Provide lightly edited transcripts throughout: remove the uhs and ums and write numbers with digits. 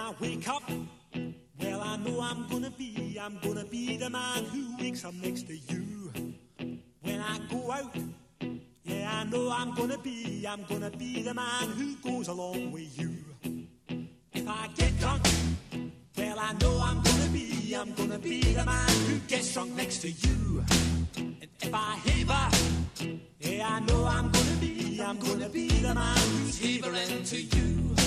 I wake up, well I know I'm gonna be the man who wakes up next to you. When I go out, yeah I know I'm gonna be the man who goes along with you. If I get drunk, well I know I'm gonna be the man who gets drunk next to you. And if I haver, yeah I know I'm gonna be the man who's havering to you.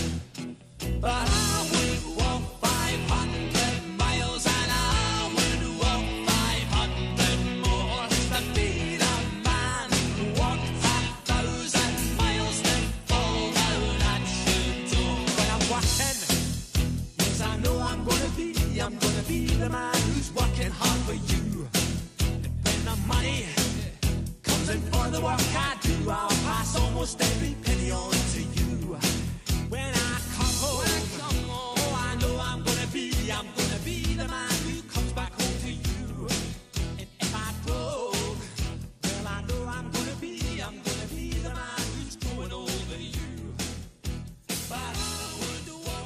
But I would walk 500 miles and I would walk 500 more to be the man who walked 1,000 miles to fall down at your door. When I'm working, yes I know I'm gonna be the man who's working hard for you. And when the money comes in for the work I do, I'll pass almost every penny on to you. When I come home, oh I know I'm gonna be the man who comes back home to you. And if I drove, well I know I'm gonna be the man who's going over you. But I would walk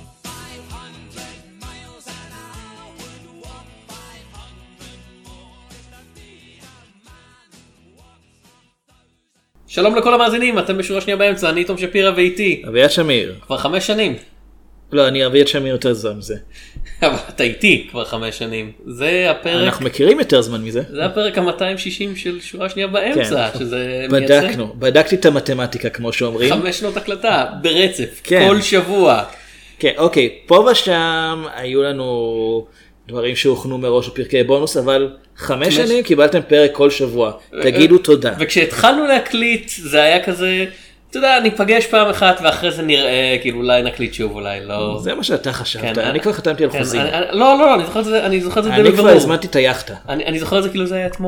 500 miles and I would walk 500 more to be a man who walks 1,000. שלום לכל המאזינים, אתם בשורה שנייה באמצע, אני תום שפירא ואיתי. אביעד שמיר. כבר 5 שנים. לא, אני אביעד שמיר יותר זמן מזה. אבל אתה איתי כבר 5 שנים. זה הפרק... אנחנו מכירים יותר זמן מזה. זה הפרק ה-260 של שורה שנייה באמצע, כן. שזה בדקתי את המתמטיקה כמו שאומרים. 5 שנות הקלטה, ברצף, כן. כל שבוע. כן, אוקיי, פה ושם היו לנו דברים שהוכנו מראש בפרקי בונוס, אבל 5 שנים קיבלתם פרק כל שבוע. תגידו תודה. וכשהתחלנו להקליט, זה היה כזה... אתה יודע, ניפגש פעם אחת ואחרי זה נראה, כאילו אולי נקליט שוב, אולי לא. זה מה שאתה חשבת, אני כבר חתמתי על חוזים. לא, אני זוכר את זה די אני בברור. כבר הזמנתי את היאכטה. אני זוכר את זה כאילו זה היה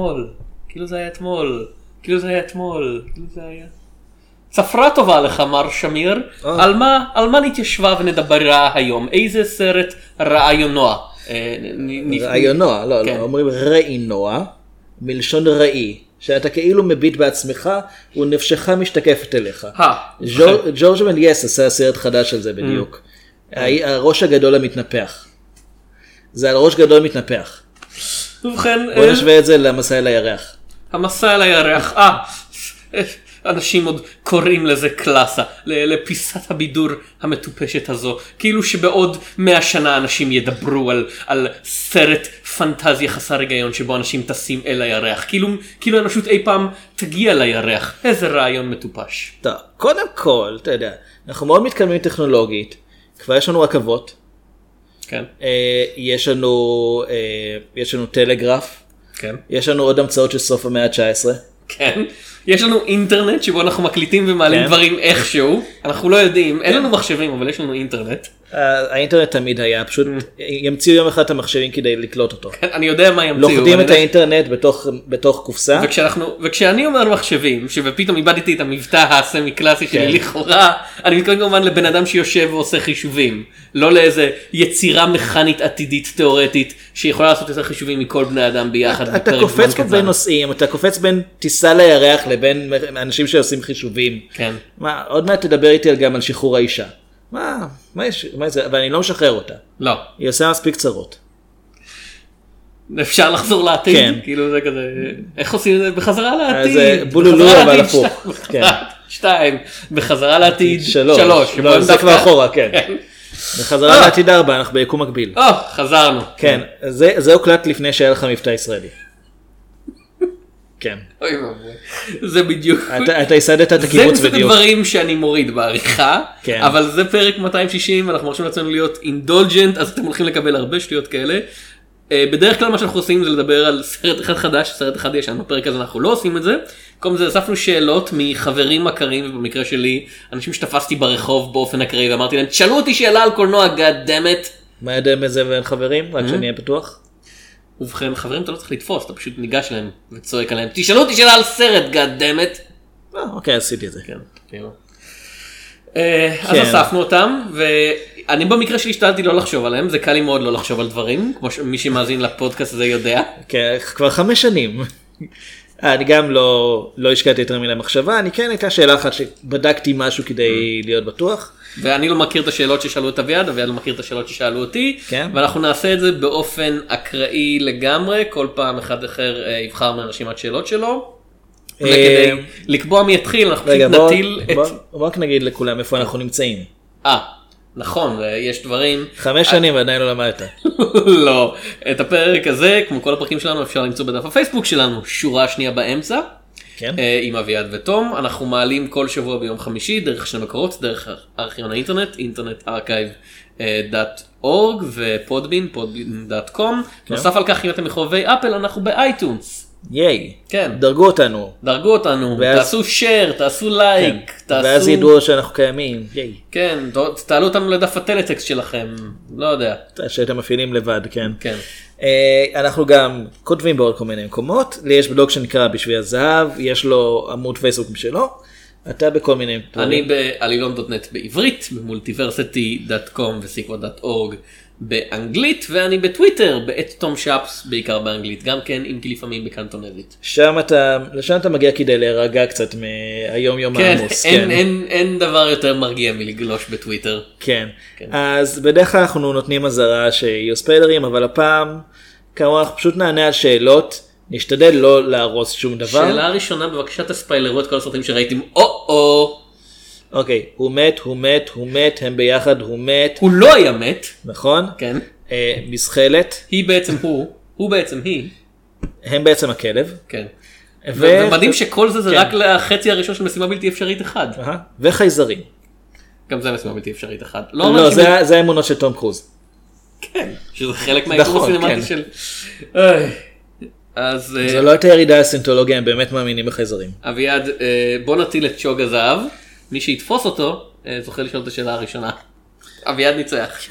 אתמול. צפרה טובה לך, מר שמיר. על מה נתיישבה ונדברה היום? איזה סרט רעיונוע? רעיונוע, לא, אומרים רעינוע, מלשון ראי. שאתה כאילו מביט בעצמך ונפשך משתקפת אליך. ג'ורג' מליאס עשה סרט חדש על זה בדיוק. הראש הגדול המתנפח. זה על ראש גדול מתנפח. ובכן... בוא נשווה את זה למסע אל הירח. המסע אל הירח. אנשים עוד קוראים לזה קלאסה, לפיסת הבידור המטופשת הזו. כאילו שבעוד 100 שנה אנשים ידברו על סרט פנטזיה חסר היגיון שבו אנשים טסים אל הירח. כאילו האנושות אי פעם תגיע לירח. איזה רעיון מטופש. טוב, קודם כל, אתה יודע, אנחנו מאוד מתקדמים טכנולוגית. כבר יש לנו רכבות. כן. יש לנו טלגרף. כן. יש לנו עוד המצאות של סוף המאה ה-19. כן. יש לנו אינטרנט שבו אנחנו מקליטים ומעלים דברים איכשהו. אנחנו לא יודעים, אין לנו מחשבים, אבל יש לנו אינטרנט. האינטרנט תמיד היה, פשוט ימציאו יום אחד את המחשבים כדי לקלוט אותו. אני יודע מה ימציאו. לוכדים את האינטרנט בתוך קופסה. וכשאני אומר מחשבים, ופתאום איבדתי את המבטא הסמי קלאסי שלי לכאורה, אני מתכוון כמובן לבן אדם שיושב ועושה חישובים. לא לאיזה יצירה מכנית עתידית תיאורטית, שיכולה לעשות יותר חישובים מכל בני אדם ביחד. אתה קופץ פה בין נושאים, אתה קופץ בין טיסה לירח לבין אנשים שעושים חישובים. כן. עוד מעט תדבר איתי גם על שחרור האישה. מה זה? ואני לא משחרר אותה. לא. היא עושה מספיק צרות. אפשר לחזור לעתיד? כן. כאילו זה כזה, איך עושים את זה? בחזרה לעתיד. זה בולולו אבל הפוך. 2, בחזרה לעתיד 3. לא, זה כבר אחורה, כן. בחזרה לעתיד 4, אנחנו ביקום מקביל. חזרנו. כן, זה הוקלט לפני שהיה לך מבטא ישראלי. כן. אוי מבוי. זה בדיוק. אתה הסדת את הקיבוץ זה בדיוק. מסוג דברים שאני מוריד בעריכה, אבל זה פרק 260, אנחנו מרשים לעצמנו להיות אינדולג'נט, אז אתם הולכים לקבל הרבה שטויות כאלה. בדרך כלל מה שאנחנו עושים זה לדבר על סרט אחד חדש, סרט אחד ישן, בפרק הזה אנחנו לא עושים את זה. במקום זה אספנו שאלות מחברים מכרים, ובמקרה שלי, אנשים שתפסתי ברחוב באופן אקראי, ואמרתי להם, תשאלו אותי שאלה על קולנוע, God damn it. מה יודע מזה ואין חברים? רק שאני אהיה פתוח? ובכן, חברים אתה לא צריך לתפוס, אתה פשוט ניגש להם וצועק עליהם, תשאלו אותי שאלה על סרט, God damn it. אוקיי, עשיתי את זה. כן, כאילו. אז אספנו אותם, ואני במקרה שלי השתדלתי לא לחשוב עליהם, זה קל לי מאוד לא לחשוב על דברים, כמו מי שמאזין לפודקאסט הזה יודע. כן, כבר 5 שנים. אני גם לא השקעתי יותר מילה מחשבה, אני כן הייתה שאלה אחת שבדקתי משהו כדי להיות בטוח. ואני לא מכיר את השאלות ששאלו את אביעד, אביעד לא מכיר את השאלות ששאלו אותי, ואנחנו נעשה את זה באופן אקראי לגמרי, כל פעם אחד אחר יבחר מהרשימת שאלות שלו, וכדי לקבוע מי יתחיל, אנחנו פשוט נטיל את... בוא רק נגיד לכולם איפה אנחנו נמצאים. נכון, יש דברים... 5 שנים ועדיין לא למדת. לא, את הפרק הזה, כמו כל הפרקים שלנו, אפשר למצוא בדף הפייסבוק שלנו, שורה שנייה באמצע, עם אביעד ותום. אנחנו מעלים כל שבוע ביום חמישי, דרך שני מקורות, דרך ארכיון האינטרנט, internetarchive.org ופודבין, podbean.com. נוסף על כך, אם אתם מחובבי אפל, אנחנו באייטונס. ייי, כן. דרגו אותנו, תעשו share, תעשו לייק, ואז ידעו שאנחנו קיימים, ייי. כן, תעלו אותנו לדף הטלטקסט שלכם, לא יודע. שאתם מפעילים לבד, כן. אנחנו גם כותבים בעוד כל מיני מקומות, לי יש בלוג שנקרא בשביל הזהב, יש לו עמוד פייסבוק משלו, אתה בכל מיני... אני בעלילון.נט בעברית, במולטיברסיטי.com ו-sequel.org באנגלית, ואני בטוויטר, @תום שפס, בעיקר באנגלית, גם כן, אם כי לפעמים בקנטונזית. לשם אתה מגיע כדי להירגע קצת מהיום יום העמוס. כן, אין דבר יותר מרגיע מלגלוש בטוויטר. כן, אז בדרך כלל אנחנו נותנים הזרה שיהיו ספיילרים, אבל הפעם, כאמור, אנחנו פשוט נענה על שאלות, נשתדל לא להרוס שום דבר. שאלה ראשונה, בבקשה תספיילרו את כל הסרטים שראיתם, אוקיי, הוא מת, הם ביחד, הוא מת. הוא לא היה מת. נכון? כן. מזחלת. היא בעצם הוא בעצם היא. הם בעצם הכלב. כן. ומדהים שכל זה רק לחצי הראשון של משימה בלתי אפשרית אחד. וחייזרים. גם זה משימה בלתי אפשרית אחד. לא, זה האמונות של תום קרוז. כן, שזה חלק מהעיתון הסינמטי של... זה לא הייתה ירידה הסינטולוגיה, הם באמת מאמינים בחייזרים. אביעד, בוא נטיל את שוק הזהב. מי שיתפוס אותו, זוכה לשאול את השאלה הראשונה. אביעד ניצח.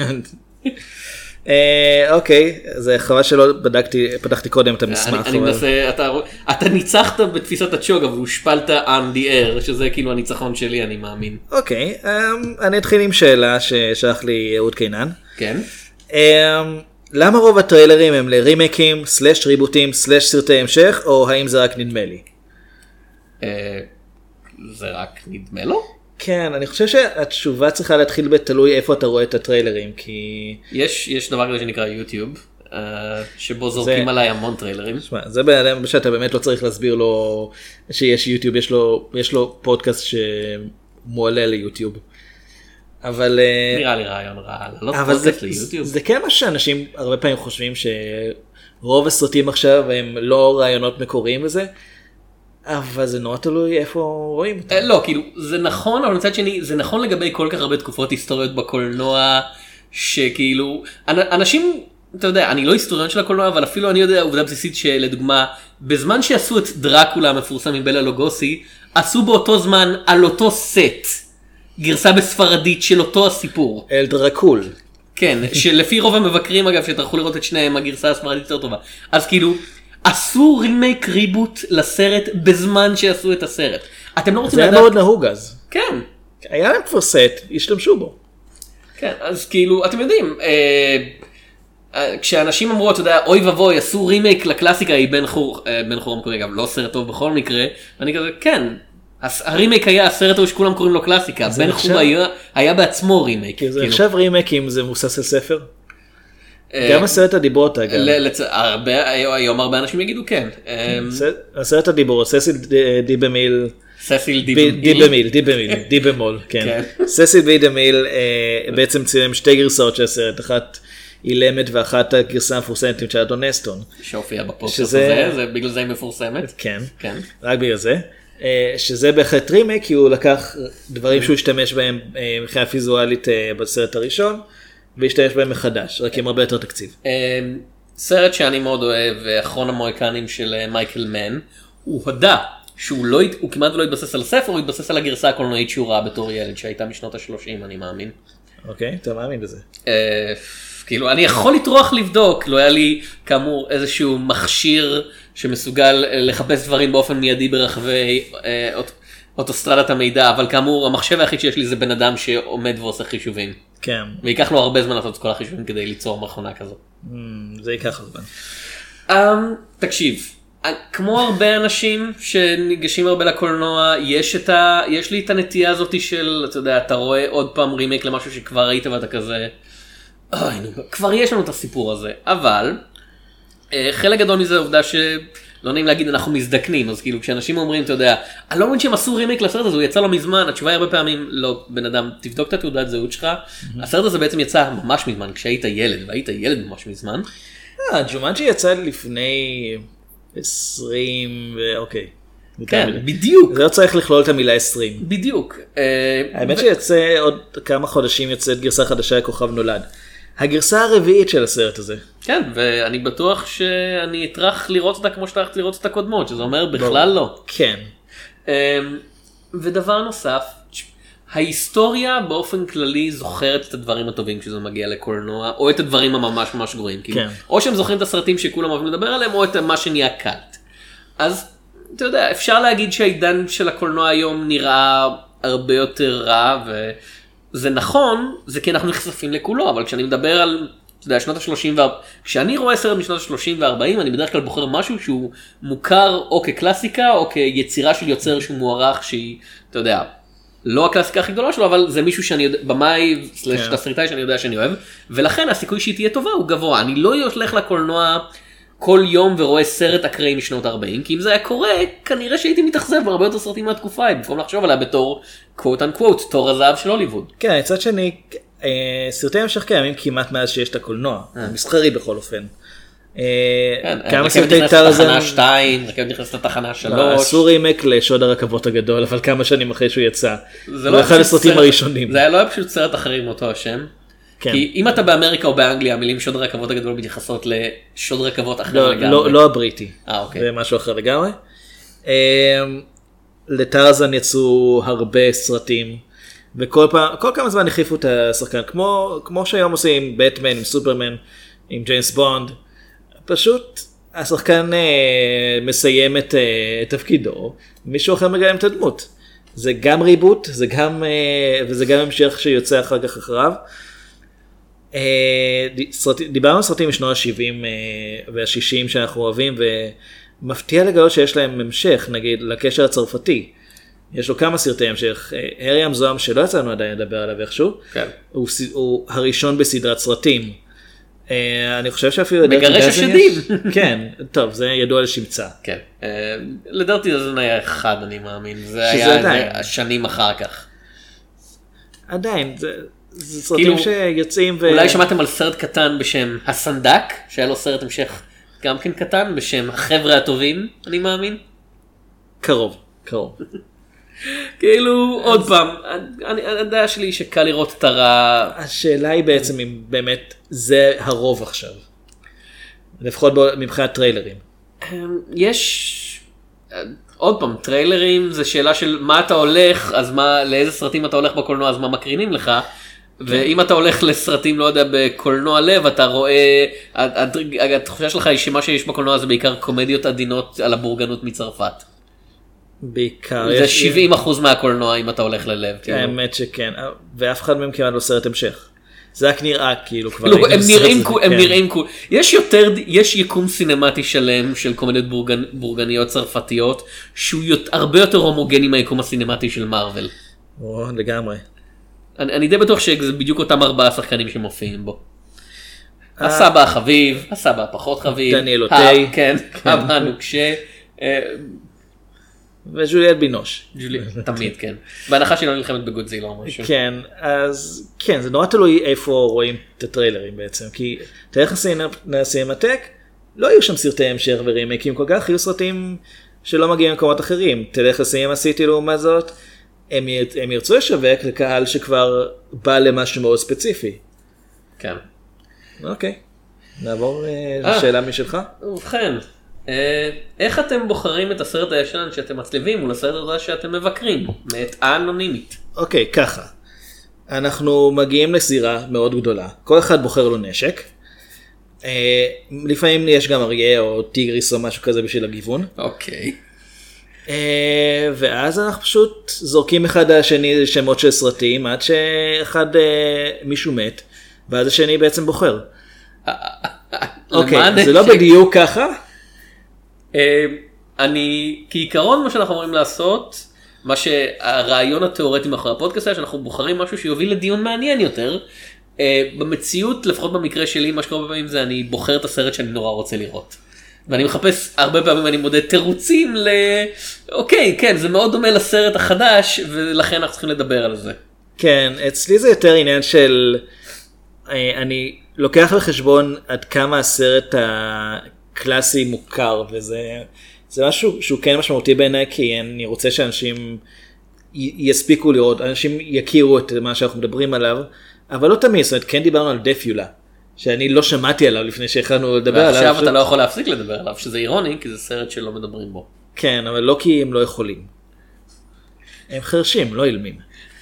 אוקיי, זה חבל שלא פתחתי קודם את המסמך. אני מנסה, אתה ניצחת בתפיסת הצ'וג, אבל הושפלת on the air, שזה כאילו הניצחון שלי, אני מאמין. אוקיי, אני אתחיל עם שאלה ששלח לי אהוד קינן. כן. למה רוב הטריילרים הם לרימקים, סלש ריבוטים, סלש סרטי המשך, או האם זה רק נדמה לי? זה רק נדמה לו? כן, אני חושב שהתשובה צריכה להתחיל בתלוי איפה אתה רואה את הטריילרים, כי... יש דבר כזה שנקרא יוטיוב, שבו זורקים עליי המון טריילרים. שמה, זה בעצם שאתה באמת לא צריך להסביר לו שיש יוטיוב, יש לו פודקאסט שמועלה ליוטיוב. אבל... נראה לי רעיון רע, לא פודקאסט ליוטיוב. זה כן מה שאנשים הרבה פעמים חושבים שרוב הסרטים עכשיו הם לא רעיונות מקוריים וזה, אבל זה נורא תלוי איפה רואים אותם. לא, כאילו, זה נכון, אבל מצד שני, זה נכון לגבי כל כך הרבה תקופות היסטוריות בקולנוע, שכאילו, אנשים, אתה יודע, אני לא היסטוריון של הקולנוע, אבל אפילו אני יודע עובדה בסיסית שלדוגמה, בזמן שעשו את דרקולה המפורסם עם בלה לוגוסי, עשו באותו זמן על אותו סט, גרסה בספרדית של אותו הסיפור. אל דרקול. כן, שלפי רוב המבקרים אגב, שטרחו לראות את שניהם, הגרסה הספרדית יותר טובה. אז כאילו, עשו רימייק ריבוט לסרט בזמן שעשו את הסרט. אתם לא רוצים לדעת... זה היה מאוד נהוג אז. כן. היה להם כבר סט, השתמשו בו. כן, אז כאילו, אתם יודעים, כשאנשים אמרו, אתה יודע, אוי ובוי, עשו רימייק לקלאסיקה, היא בן חור המקורי, אגב, לא סרט טוב בכל מקרה, ואני כזה, כן, הרימייק היה הסרט שכולם קוראים לו קלאסיקה, בן חור היה בעצמו רימייק. זה עכשיו רימייק אם זה מבוסס על ספר? גם הסרט הדיברות אגב. היום הרבה אנשים יגידו כן. הסרט הדיברות, ססיל דיבמיל. ססיל דיבמול, כן. ססיל דיבמיל בעצם צילם שתי גרסאות של הסרט, אחת אילמת ואחת הגרסה המפורסמת של אדון נסטון. שהופיע בפודקאסט הזה, בגלל זה היא מפורסמת. כן, רק בגלל זה. שזה בהחלט רימייק, כי הוא לקח דברים שהוא השתמש בהם מבחינה פיזואלית בסרט הראשון. והשתמש בהם מחדש, רק עם הרבה יותר תקציב. סרט שאני מאוד אוהב, אחרון המוהיקנים של מייקל מן, הוא הודע שהוא כמעט לא התבסס על ספר, הוא התבסס על הגרסה הקולנועית שהוא ראה בתור ילד, שהייתה משנות ה-30, אני מאמין. אוקיי, אתה מאמין בזה. כאילו, אני יכול לטרוח לבדוק, לא היה לי כאמור איזשהו מכשיר שמסוגל לחפש דברים באופן מיידי ברחבי אוטוסטרדת המידע, אבל כאמור, המחשב היחיד שיש לי זה בן אדם שעומד ועושה חישובים. כן. ויקח לו הרבה זמן לעשות את כל החישובים כדי ליצור מכונה כזו. זה ייקח זמן. תקשיב, כמו הרבה אנשים שניגשים הרבה לקולנוע, יש לי את הנטייה הזאת של, אתה יודע, אתה רואה עוד פעם רימייק למשהו שכבר ראית ואתה כזה, כבר יש לנו את הסיפור הזה, אבל חלק גדול מזה העובדה שלא נעים להגיד אנחנו מזדקנים, אז כאילו כשאנשים אומרים, אתה יודע, אני לא מבין שהם עשו רימייק לסרט הזה, הוא יצא לא מזמן, התשובה היא הרבה פעמים, לא, בן אדם, תבדוק את התעודת זהות שלך, הסרט הזה בעצם יצא ממש מזמן, כשהיית ילד, והיית ילד ממש מזמן. ג'ומנג'י יצא לפני 20, אוקיי. כן, בדיוק. זה לא צריך לכלול את המילה 20. בדיוק. האמת שיצא עוד כמה חודשים יוצאת גרסה חדשה לכוכב נולד. הגרסה הרביעית של הסרט הזה. כן, ואני בטוח שאני אטרח לראות אותה כמו שטרחתי לראות את הקודמות, שזה אומר בכלל לא. כן. ודבר נוסף, ההיסטוריה באופן כללי זוכרת את הדברים הטובים כשזה מגיע לקולנוע, או את הדברים הממש ממש גרועים. כן. או שהם זוכרים את הסרטים שכולם אוהבים לדבר עליהם, או את מה שנהיה קלט. אז, אתה יודע, אפשר להגיד שהעידן של הקולנוע היום נראה הרבה יותר רע, וזה נכון, זה כי אנחנו נחשפים לכולו, אבל כשאני מדבר על, אתה יודע, שנות ה-30, כשאני רואה סרט משנות ה-30 וה-40, אני בדרך כלל בוחר משהו שהוא מוכר או כקלאסיקה, או כיצירה של יוצר שהוא מוערך, שהיא, אתה יודע, לא הקלאסיקה הכי גדולה שלו, אבל זה מישהו שאני יודע, במאי, סלש תסריטאי שאני יודע שאני אוהב, ולכן הסיכוי שהיא תהיה טובה הוא גבוה. אני לא הולך לקולנוע כל יום ורואה סרט אקראי משנות 40, כי אם זה היה קורה, כנראה שהייתי מתאכזב בהרבה יותר סרטים מהתקופה, במקום לחשוב עליה בתור קוואט אנקוואט, תור הזהב של הוליווד. כן, מצד שני, סרטי המשך קיימים כמעט מאז שיש את הקולנוע, מסחרי בכל אופן. כמה סרטי טרזן, 2, רכבת נכנסת לתחנה 3. עשו רימייק לשוד הרכבות הגדול, אבל כמה שנים אחרי שהוא יצא. זה אחד הסרטים הראשונים. זה לא היה פשוט סרט אחרי עם אותו השם. כי אם אתה באמריקה או באנגליה, המילים שוד הרכבות הגדול מתייחסות לשוד רכבות אחר לגמרי. לא הבריטי. אוקיי. זה משהו אחר לגמרי. לטרזן יצאו הרבה סרטים, וכל כמה זמן החליפו את השחקן, כמו שהיום עושים עם בטמן, עם סופרמן, עם ג'יימס בונד. פשוט השחקן מסיים את תפקידו, מישהו אחר מגלם את הדמות. זה גם ריבוט, וזה גם המשך שיוצא אחר כך אחריו. דיברנו על סרטים משנות ה-70 וה-60 שאנחנו אוהבים, ומפתיע לגלות שיש להם המשך, נגיד לקשר הצרפתי. יש לו כמה סרטי המשך. הרי המזוהם שלא יצאנו עדיין לדבר עליו איכשהו, הוא הראשון בסדרת סרטים. אני חושב שאפילו מגרש השדים. כן, טוב, זה ידוע לשמצה. כן, לדעתי זה היה אחד, אני מאמין. זה היה שנים אחר כך. עדיין, זה סרטים שיוצאים אולי שמעתם על סרט קטן בשם הסנדק, שהיה לו סרט המשך גם כן קטן, בשם החבר'ה הטובים, אני מאמין. קרוב. כאילו, עוד פעם, הדעה שלי שקל לראות את הרע. השאלה היא בעצם אם באמת זה הרוב עכשיו. לפחות מבחינת טריילרים. יש, עוד פעם, טריילרים זה שאלה של מה אתה הולך, אז לאיזה סרטים אתה הולך בקולנוע, אז מה מקרינים לך. ואם אתה הולך לסרטים, לא יודע, בקולנוע לב, אתה רואה, התחושה שלך היא שמה שיש בקולנוע זה בעיקר קומדיות עדינות על הבורגנות מצרפת. בעיקר. זה 70% מהקולנוע אם אתה הולך ללב. האמת שכן, ואף אחד מהם כמעט לא סרט המשך. זה רק נראה כאילו כבר. הם נראים קול. יש יקום סינמטי שלם של קומדיות בורגניות צרפתיות, שהוא הרבה יותר הומוגני מהיקום הסינמטי של מארוול. לגמרי. אני די בטוח שזה בדיוק אותם 4 שחקנים שמופיעים בו. הסבא החביב, הסבא הפחות חביב. דניאל אוטי. כן, אבא הנוקשה. וג'וליאט בינוש. תמיד, כן. בהנחה שהיא לא נלחמת בגודזילה או משהו. כן, אז כן, זה נורא תלוי איפה רואים את הטריילרים בעצם, כי תלך לסינמטק, לא יהיו שם סרטי המשך ורימייקים כל כך, יהיו סרטים שלא מגיעים למקומות אחרים. תלך לסינמה סיטי לעומת זאת, הם ירצו לשווק לקהל שכבר בא למשהו מאוד ספציפי. כן. אוקיי, נעבור לשאלה משלך. ובכן, איך אתם בוחרים את הסרט הישן שאתם מצליבים מול הסרט הזה שאתם מבקרים, מאת האנונימית? אוקיי, ככה. אנחנו מגיעים לזירה מאוד גדולה, כל אחד בוחר לו נשק. לפעמים יש גם אריה או טיגריס או משהו כזה בשביל הגיוון. אוקיי. ואז אנחנו פשוט זורקים אחד השני שמות של סרטים עד שאחד מישהו מת, ואז השני בעצם בוחר. אוקיי, זה לא בדיוק ככה, אני, כעיקרון מה שאנחנו אמורים לעשות, מה שהרעיון התיאורטי מאחורי הפודקאסט היה שאנחנו בוחרים משהו שיוביל לדיון מעניין יותר. במציאות, לפחות במקרה שלי, מה שקורה בפעמים זה אני בוחר את הסרט שאני נורא רוצה לראות. ואני מחפש, הרבה פעמים אני מודד תירוצים אוקיי, כן, זה מאוד דומה לסרט החדש, ולכן אנחנו צריכים לדבר על זה. כן, אצלי זה יותר עניין של, אני לוקח לחשבון עד כמה הסרט הקלאסי מוכר, וזה משהו שהוא כן משמעותי בעיניי, כי אני רוצה שאנשים יספיקו לראות, אנשים יכירו את מה שאנחנו מדברים עליו, אבל לא תמיד, זאת אומרת, כן דיברנו על דפיולה, שאני לא שמעתי עליו לפני שהחלנו לדבר עליו. ועכשיו אתה לא יכול להפסיק לדבר עליו, שזה אירוני, כי זה סרט שלא מדברים בו. כן, אבל לא כי הם לא יכולים. הם חרשים, לא אילמים.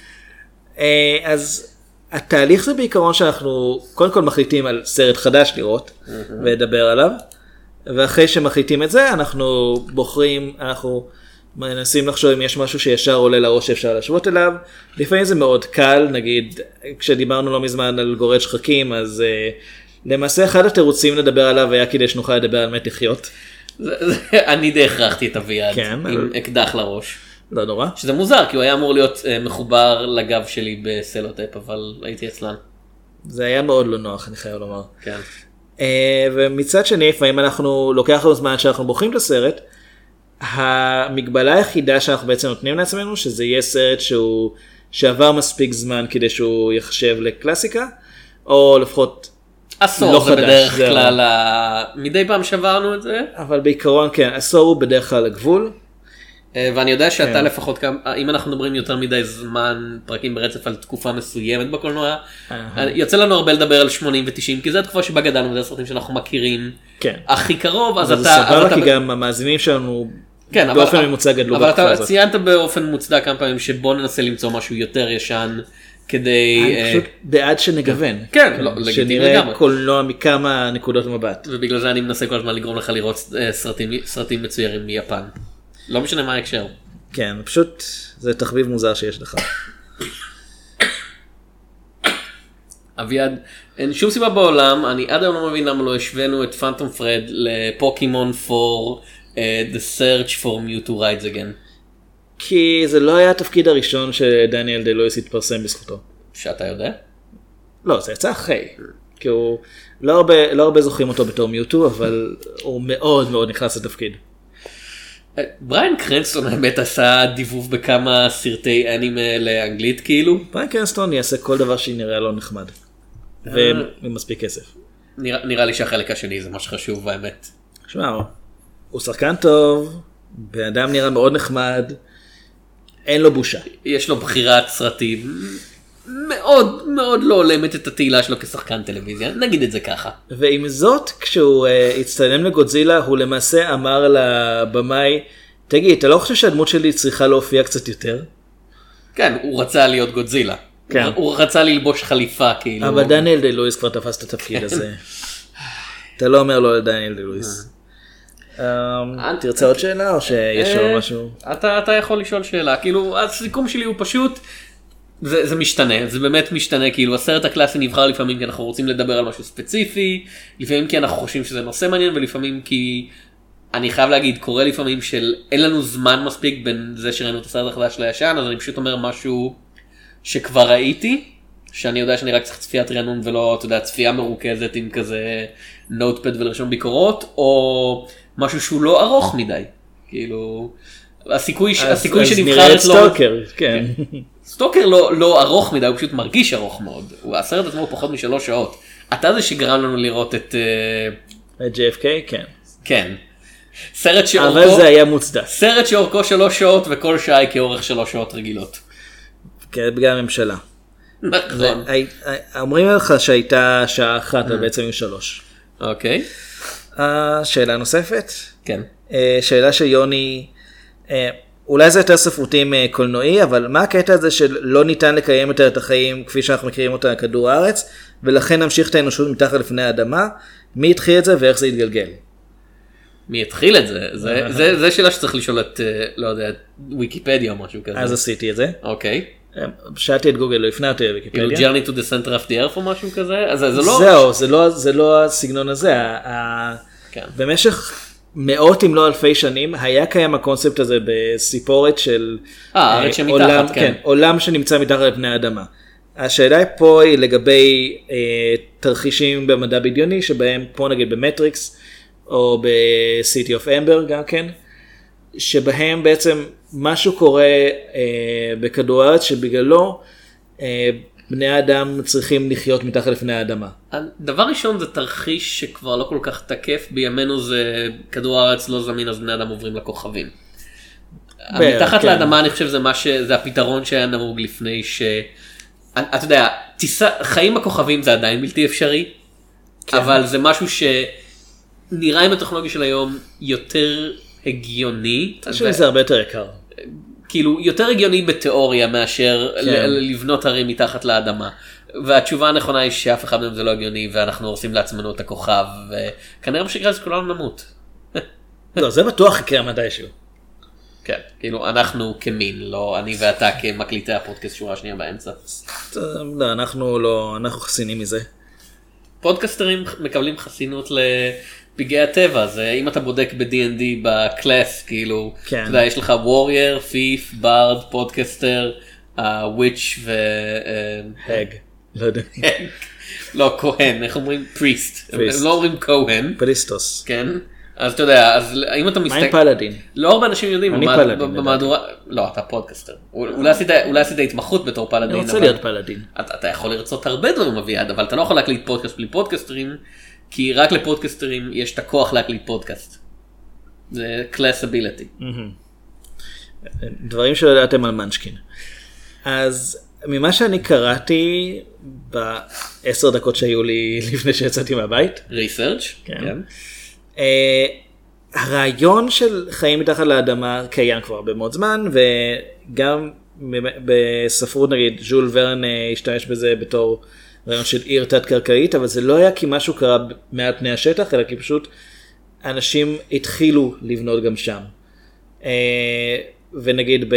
אז התהליך זה בעיקרון שאנחנו קודם כל מחליטים על סרט חדש לראות ולדבר עליו, ואחרי שמחליטים את זה אנחנו בוחרים, אנחנו מנסים לחשוב אם יש משהו שישר עולה לראש שאפשר להשוות אליו. לפעמים זה מאוד קל, נגיד כשדיברנו לא מזמן על גורד שחקים, אז למעשה אחד התירוצים לדבר עליו היה כדי שנוכל לדבר על מת לחיות. אני די הכרחתי את אביעד עם אקדח לראש. לא נורא. שזה מוזר, כי הוא היה אמור להיות מחובר לגב שלי בסלוטייפ, אבל הייתי אצלן. זה היה מאוד לא נוח, אני חייב לומר. כן. ומצד שני, לפעמים אנחנו לוקח לנו זמן שאנחנו בוחרים את הסרט, המגבלה היחידה שאנחנו בעצם נותנים לעצמנו, שזה יהיה סרט שעבר מספיק זמן כדי שהוא יחשב לקלאסיקה, או לפחות עשור לא זה חדש, בדרך כלל, מדי פעם שברנו את זה. אבל בעיקרון כן, עשור הוא בדרך כלל הגבול. ואני יודע שאתה לפחות, אם אנחנו מדברים יותר מדי זמן, פרקים ברצף על תקופה מסוימת בקולנוע, יוצא לנו הרבה לדבר על 80 ו-90, כי זו התקופה שבה גדלנו, וזה הסרטים שאנחנו מכירים הכי קרוב, אז אתה... זה סבבה, כי גם המאזינים שלנו באופן ממוצע גדלו בתקופה הזאת. אבל אתה ציינת באופן מוצדק כמה פעמים שבוא ננסה למצוא משהו יותר ישן, כדי... אני פשוט בעד שנגוון. כן, לא, לגיטימי שנראה קולנוע מכמה נקודות מבט. ובגלל זה אני מנסה כל הזמן לגרום לך לראות סרטים מצוירים מיפן. לא משנה מה ההקשר. כן, פשוט זה תחביב מוזר שיש לך. אביעד, אין שום סיבה בעולם, אני עד היום לא מבין למה לא השווינו את פנטום פרד לפוקימון for the search for Mewtwo rides again. כי זה לא היה התפקיד הראשון שדניאל די לואיס התפרסם בזכותו. שאתה יודע? לא, זה יצא אחרי. כי הוא לא הרבה זוכרים אותו בתור מיוטו, אבל הוא מאוד מאוד נכנס לתפקיד. בריין קרנסטון האמת עשה דיבוב בכמה סרטי אנימה לאנגלית כאילו. בריין קרנסטון יעשה כל דבר שנראה לא נחמד. ומספיק כסף. נראה לי שהחלק השני זה מה שחשוב האמת. שמע, הוא שחקן טוב, בן אדם נראה מאוד נחמד, אין לו בושה. יש לו בחירת סרטים מאוד מאוד לא הולמת את התהילה שלו כשחקן טלוויזיה, נגיד את זה ככה. ועם זאת, כשהוא הצטלם לגודזילה, הוא למעשה אמר לבמאי, תגיד, אתה לא חושב שהדמות שלי צריכה להופיע קצת יותר? כן, הוא רצה להיות גודזילה. כן. הוא רצה ללבוש חליפה כאילו. אבל דניאל די לואיס כבר תפס את התפקיד הזה. אתה לא אומר לו לדניאל די לואיס. תרצה עוד שאלה או שיש עוד משהו? אתה יכול לשאול שאלה, כאילו הסיכום שלי הוא פשוט, זה משתנה, זה באמת משתנה, כאילו הסרט הקלאסי נבחר לפעמים כי אנחנו רוצים לדבר על משהו ספציפי, לפעמים כי אנחנו חושבים שזה נושא מעניין, ולפעמים כי אני חייב להגיד, קורה לפעמים של אין לנו זמן מספיק בין זה שראינו את הסרט החדש לישן, אז אני פשוט אומר משהו שכבר ראיתי, שאני יודע שאני רק צריך צפיית רענון ולא, אתה יודע, צפייה מרוכזת עם כזה נוטפד ולרשום ביקורות, או משהו שהוא לא ארוך מדי, כאילו, הסיכוי שנבחר את סטוקר, כן. סטוקר לא ארוך מדי, הוא פשוט מרגיש ארוך מאוד, הסרט עצמו הוא פחות מ3 שעות, אתה זה שגרם לנו לראות את JFK, כן. כן. סרט שאורכו, אבל זה היה מוצדק. סרט שאורכו 3 שעות וכל שעה היא כאורך 3 שעות רגילות. כן, בגלל הממשלה. נכון. אומרים לך שהייתה שעה 1 ובעצם היו 3. אוקיי. שאלה נוספת? כן. שאלה של יוני, אולי זה יותר ספרותי קולנועי, אבל מה הקטע הזה שלא ניתן לקיים יותר את החיים כפי שאנחנו מכירים אותה על כדור הארץ, ולכן נמשיך את האנושות מתחת לפני האדמה? מי התחיל את זה ואיך זה יתגלגל? מי התחיל את זה? זה שאלה שצריך לשאול את, לא יודע, ויקיפדיה או משהו כזה. אז עשיתי את זה. אוקיי. שאלתי את גוגל, לא הפנה אותי לוויקיפדיה. Journey to the center of the earth או משהו כזה? זהו, זה לא הסגנון הזה. במשך מאות אם לא אלפי שנים היה קיים הקונספט הזה בסיפורת של עולם שנמצא מתחת לפני האדמה. השאלה פה היא לגבי תרחישים במדע בדיוני שבהם פה נגיד במטריקס או ב-City of Amber גם כן, שבהם בעצם משהו קורה בכדור הארץ שבגללו בני האדם צריכים לחיות מתחת לפני האדמה. דבר ראשון זה תרחיש שכבר לא כל כך תקף, בימינו זה כדור הארץ לא זמין אז בני אדם עוברים לכוכבים. מתחת לאדמה אני חושב זה הפתרון שהיה נהוג לפני אתה יודע, חיים בכוכבים זה עדיין בלתי אפשרי, אבל זה משהו שנראה עם הטכנולוגיה של היום יותר הגיוני. זה הרבה יותר יקר. כאילו יותר הגיוני בתיאוריה מאשר לבנות הרים מתחת לאדמה. והתשובה הנכונה היא שאף אחד מהם זה לא הגיוני ואנחנו הורסים לעצמנו את הכוכב וכנראה בשקרה זה כולנו נמות. לא, זה בטוח יקרה מתישהו. כן, כאילו אנחנו כמין, לא אני ואתה כמקליטי הפודקאסט שורה שנייה באמצע. לא, אנחנו חסינים מזה. פודקאסטרים מקבלים חסינות לפגעי הטבע, זה אם אתה בודק ב-D&D בקלאס, כאילו, אתה יודע, יש לך וורייר, פיף, בארד, פודקאסטר, וויץ' ו... הג, לא יודע. לא, כהן, איך אומרים? פריסט. הם לא אומרים כהן. פריסטוס. כן. אז אתה יודע, אז אם אתה מסתכל... מה עם פלאדין? לא הרבה אנשים יודעים. אני פלאדין. במהדורה... לא, אתה פודקאסטר. אולי עשית התמחות בתור פלאדין. אני רוצה להיות פלאדין. אתה יכול לרצות הרבה דברים אביעד, אבל אתה לא יכול להקליט פודקאסט בלי פודקאסטרים, כי רק לפודקאסטרים יש את הכוח להקליט פודקאסט. זה classability. דברים שלא ידעתם על מנשקין. אז ממה שאני קראתי ב10 דקות שהיו לי לפני שיצאתי מהבית. ריסרצ' כן. הרעיון של חיים מתחת לאדמה קיים כבר במאוד זמן, וגם בספרות נגיד ז'ול ורן השתמש בזה בתור רעיון של עיר תת קרקעית, אבל זה לא היה כי משהו קרה מעל פני השטח, אלא כי פשוט אנשים התחילו לבנות גם שם. ונגיד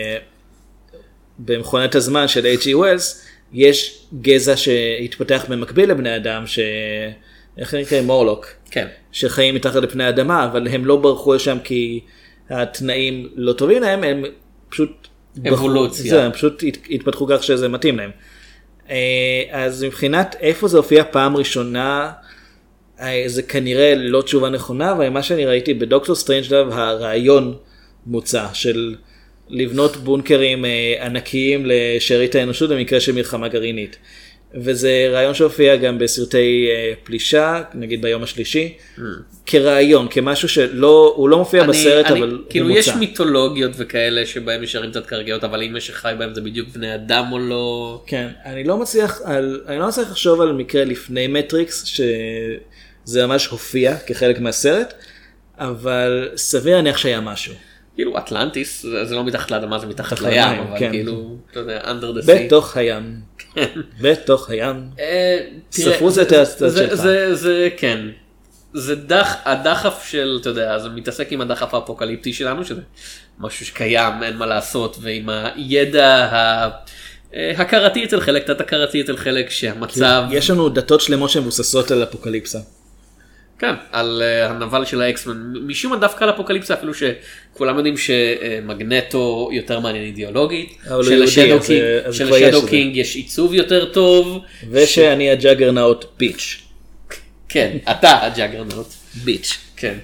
במכונת הזמן של H.G. Wells יש גזע שהתפתח במקביל לבני אדם איך נקרא מורלוק, כן. שחיים מתחת לפני האדמה, אבל הם לא ברחו לשם כי התנאים לא טובים להם, הם פשוט... אבולוציה. הם פשוט התפתחו כך שזה מתאים להם. אז מבחינת איפה זה הופיע פעם ראשונה, זה כנראה לא תשובה נכונה, אבל מה שאני ראיתי בדוקטור סטרנג'לב, הרעיון מוצע של לבנות בונקרים ענקיים לשארית האנושות במקרה של מלחמה גרעינית. וזה רעיון שהופיע גם בסרטי פלישה, נגיד ביום השלישי, כרעיון, כמשהו שהוא לא מופיע בסרט, אבל הוא מוצא. כאילו יש מיתולוגיות וכאלה שבהם נשארים קצת קרקעיות, אבל אם שחי בהם זה בדיוק בני אדם או לא... כן, אני לא מצליח לחשוב על מקרה לפני מטריקס, שזה ממש הופיע כחלק מהסרט, אבל סביר להניח שהיה משהו. כאילו אטלנטיס, זה לא מתחת לאדמה, זה מתחת לים, אבל כאילו, אתה יודע, under the sea. בתוך הים. בתוך הים. ספרו זה שלך. זה, כן. זה הדחף של, אתה יודע, זה מתעסק עם הדחף האפוקליפטי שלנו, שזה משהו שקיים, אין מה לעשות, ועם הידע הכרתי אצל חלק, תת-הכרתי אצל חלק, שהמצב... יש לנו דתות שלמות שמבוססות על אפוקליפסה. כן, על הנבל של האקסמן, משום מה דווקא על אפוקליפסה, אפילו שכולם יודעים שמגנטו יותר מעניין אידיאולוגית, שלשדו קינג יש עיצוב יותר טוב, ושאני הג'אגרנאוט ביץ'. כן, אתה הג'אגרנאוט ביץ'. כן.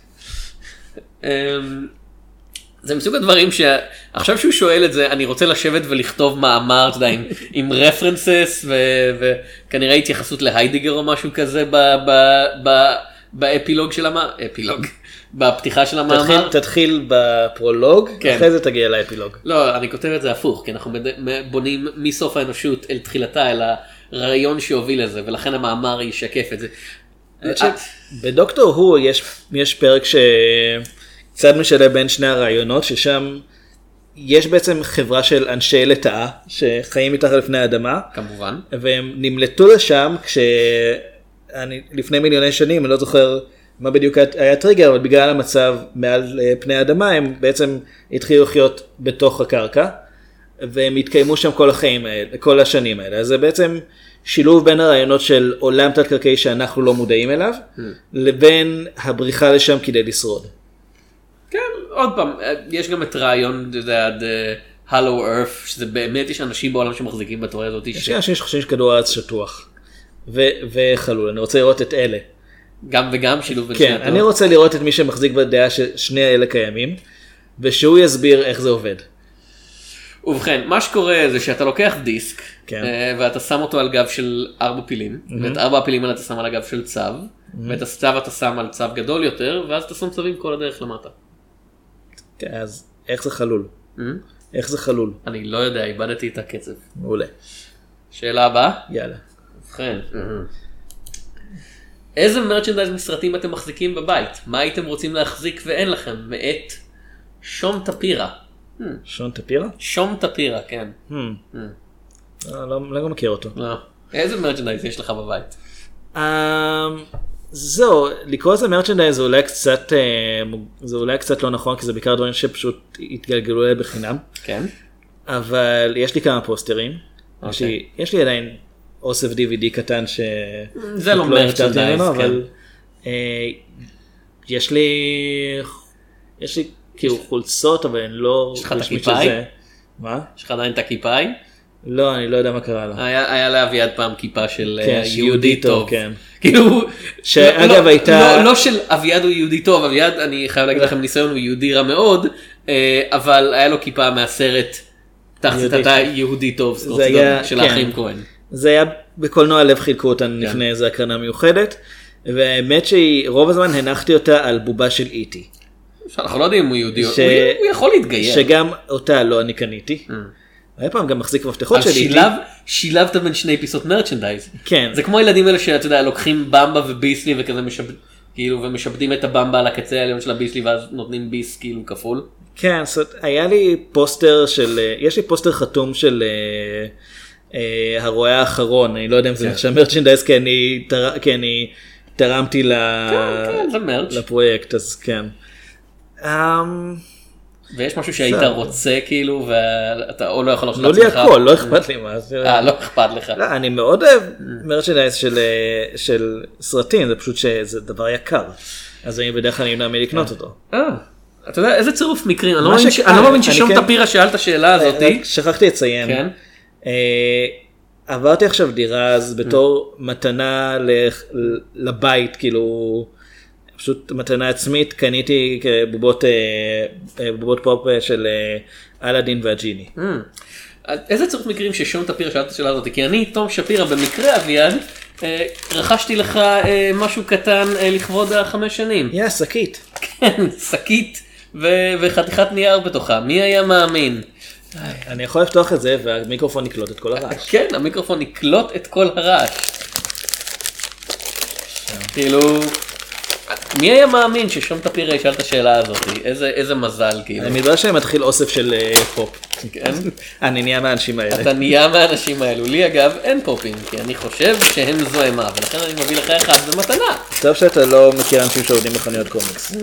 זה מסוג הדברים שעכשיו שהוא שואל את זה, אני רוצה לשבת ולכתוב מאמר, אתה יודע, עם רפרנסס, וכנראה התייחסות להיידיגר או משהו כזה באפילוג של אפילוג, בפתיחה של המאמר. תתחיל בפרולוג, אחרי זה תגיע לאפילוג. לא, אני כותב את זה הפוך, כי אנחנו בונים מסוף האנושות אל תחילתה, אל הרעיון שהוביל לזה, ולכן המאמר ישקף את זה. בדוקטור הוא יש פרק קצת משלב בין שני הרעיונות, ששם יש בעצם חברה של אנשי לטאה, שחיים מתחת לפני האדמה. כמובן. והם נמלטו לשם, לפני מיליוני שנים, אני לא זוכר מה בדיוק היה טריגר, אבל בגלל המצב מעל פני האדמה, הם בעצם התחילו לחיות בתוך הקרקע, והם התקיימו שם כל השנים האלה. אז זה בעצם שילוב בין הרעיונות של עולם תת-קרקעי שאנחנו לא מודעים אליו, לבין הבריחה לשם כדי לשרוד. כן, עוד פעם, יש גם את רעיון, Hollow Earth, שזה באמת יש אנשים בעולם שמחזיקים בתיאוריה הזאת. יש אנשים שחושבים שכדור הארץ שטוח, וחלול, אני רוצה לראות את אלה. גם וגם שילוב בין שני התיאוריות. כן, אני רוצה לראות את מי שמחזיק בדעה ששני האלה קיימים, ושהוא יסביר איך זה עובד. ובכן, מה שקורה זה שאתה לוקח דיסק, ואתה שם אותו על גב של 4 פילים, ואת 4 הפילים האלה אתה שם על הגב של צו, ואת הצו אתה שם על צו גדול יותר, ואז אתה שם צווים כל הדרך למטה. כן, אז איך זה חלול? איך זה חלול? אני לא יודע, איבדתי את הקצב. מעולה. שאלה הבאה? יאללה. ובכן. איזה מרצ'נדייז מסרטים אתם מחזיקים בבית? מה הייתם רוצים להחזיק ואין לכם? מאת שום טפירה. שום טפירה? שום טפירה, כן. לא מכיר אותו. איזה מרצ'נדייז יש לך בבית? זהו, לקרוא לזה מרצ'נדייז זה אולי קצת לא נכון, כי זה בעיקר דברים שפשוט התגלגלו אליי בחינם. כן. אבל יש לי כמה פוסטרים. יש לי עדיין אוסף DVD קטן זה לא מרצ'נדייז, כן. יש לי כאילו חולצות, אבל אני לא... יש לך את הכיפאי? מה? יש לך עדיין את הכיפאי? לא, אני לא יודע מה קרה לה. היה לאביעד פעם כיפה של יהודי טוב. כן. כאילו... שאגב הייתה... לא של אביעד הוא יהודי טוב, אביעד, אני חייב להגיד לכם ניסיון, הוא יהודי רע מאוד, אבל היה לו כיפה מהסרט תחת אתה יהודי טוב, של האחים כהן. זה היה בקולנוע לב חילקו אותן לפני איזו הקרנה מיוחדת, והאמת שרוב הזמן הנחתי אותה על בובה של איטי. אנחנו לא יודעים אם הוא יהודי, הוא יכול להתגייר. שגם אותה לא אני קניתי. היה פעם גם מחזיק מפתחות של איטי. שילבת בין שני פיסות מרצ'נדייז. כן. זה כמו ילדים האלה שאתה יודע, לוקחים במבה וביסלי וכזה ומשבדים את הבמבה על הקצה העליון של הביסלי ואז נותנים ביס כאילו כפול. כן, היה לי פוסטר יש לי פוסטר חתום של הרועה האחרון, אני לא יודע אם זה נחשב מרצ'נדייז כי אני תרמתי לפרויקט, אז כן. ויש משהו שהיית רוצה כאילו ואתה או לא יכול לחשוב לעצמך. לא לי הכל, לא אכפת לי מה. לא אכפת לך. לא, אני מאוד אוהב מרצ'נדייז של סרטים, זה פשוט שזה דבר יקר. אז אני בדרך כלל נמנע מלקנות אותו. אתה יודע איזה צירוף מקרים, אני לא מאמין ששום טפירה שאל את השאלה הזאת. שכחתי לציין. עברתי עכשיו דירה אז בתור מתנה לבית, כאילו פשוט מתנה עצמית, קניתי בובות פופ של אלאדין והג'יני. איזה צירוף מקרים ששום טפירה שאלת השאלה הזאת, כי אני תום שפירה במקרה אביעד, רכשתי לך משהו קטן לכבוד 5 שנים. שקית. כן, שקית וחתיכת נייר בתוכה, מי היה מאמין? אני יכול לפתוח את זה והמיקרופון יקלוט את כל הרעש. כן, המיקרופון יקלוט את כל הרעש. כאילו, מי היה מאמין ששום טפירה ישאל את השאלה הזאת? איזה מזל כאילו. אני מדבר שאני מתחיל אוסף של פופ. אני נהיה מהאנשים האלה. אתה נהיה מהאנשים האלו. לי אגב אין פופים, כי אני חושב שהם זוהמה, ולכן אני מביא לך אחד במתנה. טוב שאתה לא מכיר אנשים שעובדים בחנויות קומיקס.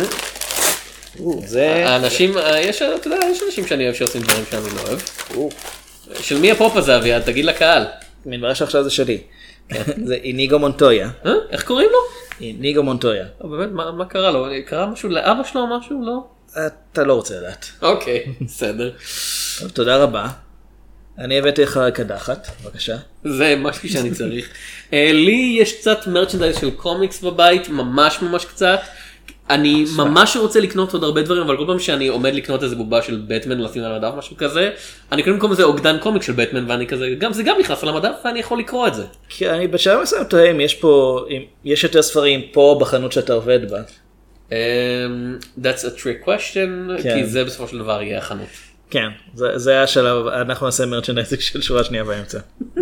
האנשים, יש אנשים שאני אוהב שעושים דברים שאני לא אוהב. של מי הפופ הזה אביעד? תגיד לקהל. אני מדבר שעכשיו זה שלי. זה איניגו מונטויה. איך קוראים לו? איניגו מונטויה. באמת, מה קרה לו? קרה משהו לאבא שלו או משהו? לא? אתה לא רוצה לדעת. אוקיי, בסדר. תודה רבה. אני הבאתי לך קדחת, בבקשה. זה משהו שאני צריך. לי יש קצת מרצ'נדייז של קומיקס בבית, ממש קצת. אני ממש רוצה לקנות עוד הרבה דברים, אבל כל פעם שאני עומד לקנות איזה בובה של בטמן, לשים על המדף, משהו כזה, אני קודם כל זה אוגדן קומיק של בטמן, ואני כזה, זה גם נכנס על המדף, ואני יכול לקרוא את זה. כי אני בשלב מסוים תוהה אם יש יותר ספרים פה בחנות שאתה עובד בה. That's a trick question, כי זה בסופו של דבר יהיה החנות. כן, זה היה השלב, אנחנו נעשה מרצ'נדייזינג של שורה שנייה באמצע.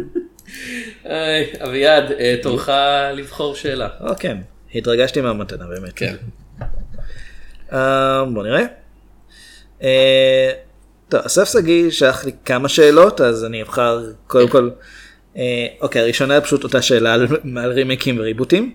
אביעד, תורך לבחור שאלה. כן, התרגשתי מהמתנה באמת. כן. בוא נראה. טוב, אסף שגיא שלח לי כמה שאלות, אז אני אבחר קודם כל. אוקיי, הראשונה פשוט אותה שאלה על רימייקים וריבוטים.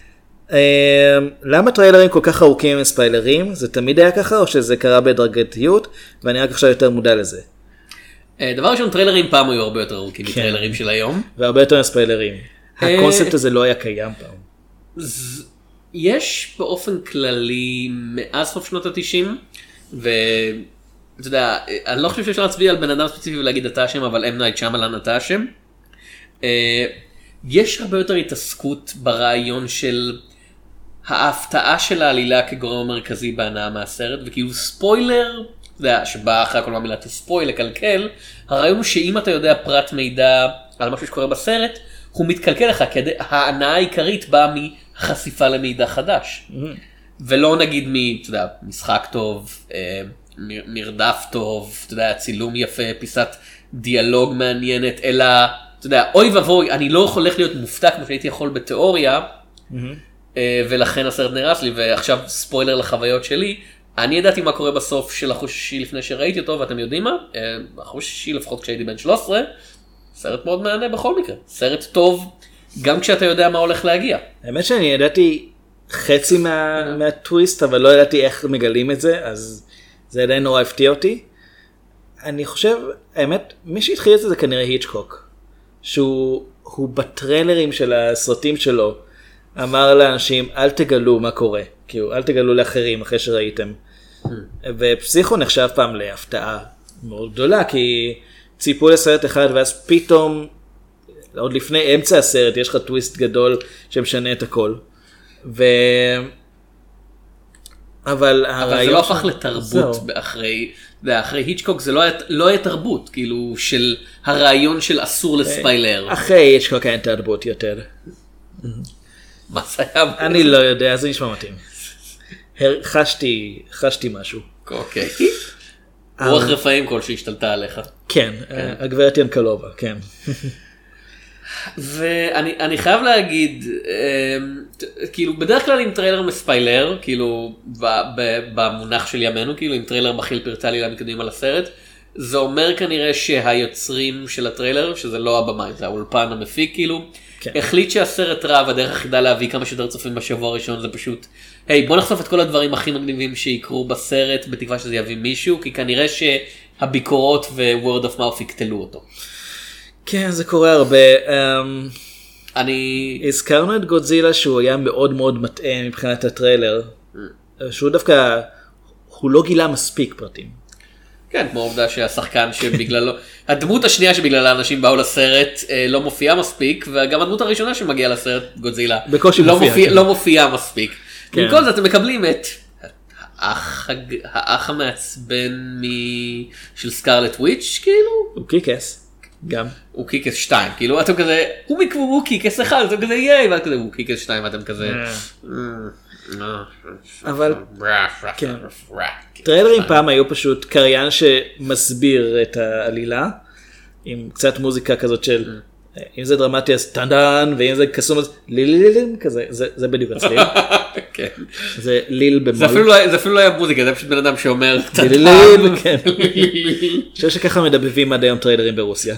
למה טריילרים כל כך ארוכים עם ספיילרים? זה תמיד היה ככה או שזה קרה בהדרגתיות ואני רק עכשיו יותר מודע לזה? דבר ראשון, טריילרים פעם היו הרבה יותר ארוכים מטריילרים של היום. והרבה יותר ספיילרים. הקונספט הזה לא היה קיים פעם. יש באופן כללי מאז סוף שנות ה-90, ואתה יודע, אני לא חושב שאפשר להצביע על בן אדם ספציפי ולהגיד אתה אשם, אבל M. Night Shyamalan אתה אשם. יש הרבה יותר התעסקות ברעיון של ההפתעה של העלילה כגורם המרכזי בהנאה מהסרט, וכאילו ספוילר, שבא אחרי כל המילה ספוילר, לקלקל, הרעיון הוא שאם אתה יודע פרט מידע על משהו שקורה בסרט, הוא מתקלקל לך, כי ההנאה העיקרית באה מחשיפה למידע חדש. ולא נגיד משחק טוב, מרדף טוב, אתה יודע, צילום יפה, פיסת דיאלוג מעניינת, אלא, אתה יודע, אוי ובוי, אני לא הולך להיות מופתע כמו שהייתי יכול בתיאוריה, ולכן הסרט נרס לי, ועכשיו ספוילר לחוויות שלי, אני ידעתי מה קורה בסוף של החוש השישי לפני שראיתי אותו, ואתם יודעים מה? החוש השישי לפחות כשהייתי בן 13, סרט מאוד מענה בכל מקרה. סרט טוב, גם כשאתה יודע מה הולך להגיע. האמת שאני ידעתי חצי מהטוויסט, אבל לא ידעתי איך מגלים את זה, אז זה עדיין נורא הפתיע אותי. אני חושב, האמת, מי שהתחיל את זה כנראה היצ'קוק, שהוא בטריילרים של הסרטים שלו, אמר לאנשים, אל תגלו מה קורה, כאילו, אל תגלו לאחרים אחרי שראיתם. ופסיכו נחשב פעם להפתעה מאוד גדולה, כי ציפו לסרט אחד, ואז פתאום, עוד לפני אמצע הסרט, יש לך טוויסט גדול שמשנה את הכל. אבל זה לא הפך לתרבות אחרי היצ'קוק, זה לא היה תרבות, כאילו, של הרעיון של אסור לספיילר. אחרי היצ'קוק היה תרבות יותר. מה זה היה? אני לא יודע, זה נשמע מתאים. חשתי משהו. אוקיי. רוח רפאים כל שהשתלטה עליך. כן, הגברת ינקלובה, כן. ואני חייב להגיד, כאילו בדרך כלל עם טריילר מספיילר, כאילו במונח של ימינו, כאילו עם טריילר מכיל פרטי עלילה מתקדמים על הסרט, זה אומר כנראה שהיוצרים של הטריילר, שזה לא הבמאי, זה האולפן המפיק כאילו, החליט שהסרט רע, והדרך היחידה להביא כמה שיותר צופים בשבוע הראשון זה פשוט, היי בוא נחשוף את כל הדברים הכי מגניבים שיקרו בסרט, בתקווה שזה יביא מישהו, כי כנראה שהביקורות ו-word of mouth יקטלו אותו. כן, זה קורה הרבה. הזכרנו את גודזילה שהוא היה מאוד מאוד מטעה מבחינת הטריילר, שהוא דווקא, הוא לא גילה מספיק פרטים. כן, כמו העובדה שהשחקן שבגללו, הדמות השנייה שבגלל האנשים באו לסרט לא מופיעה מספיק, וגם הדמות הראשונה שמגיעה לסרט, גודזילה, לא מופיעה מספיק. עם כל זה אתם מקבלים את האח המעצבן של סקרלט וויץ', כאילו? הוא קיקס. גם. הוא קיקס 2, כאילו אתם כזה, הוא קיקס 1, אתם כזה ייי, ואתם כזה, הוא קיקס 2, ואתם כזה... אבל... טריילרים פעם היו פשוט קריין שמסביר את העלילה, עם קצת מוזיקה כזאת של, אם זה דרמטי אז טנדן, ואם זה קסום אז לילילים, כזה, זה בדיוק הצליל. זה ליל במול. זה אפילו לא היה מוזיקה, זה פשוט בן אדם שאומר לילילים, כן. אני חושב שככה מדבבים עד היום טריילרים ברוסיה.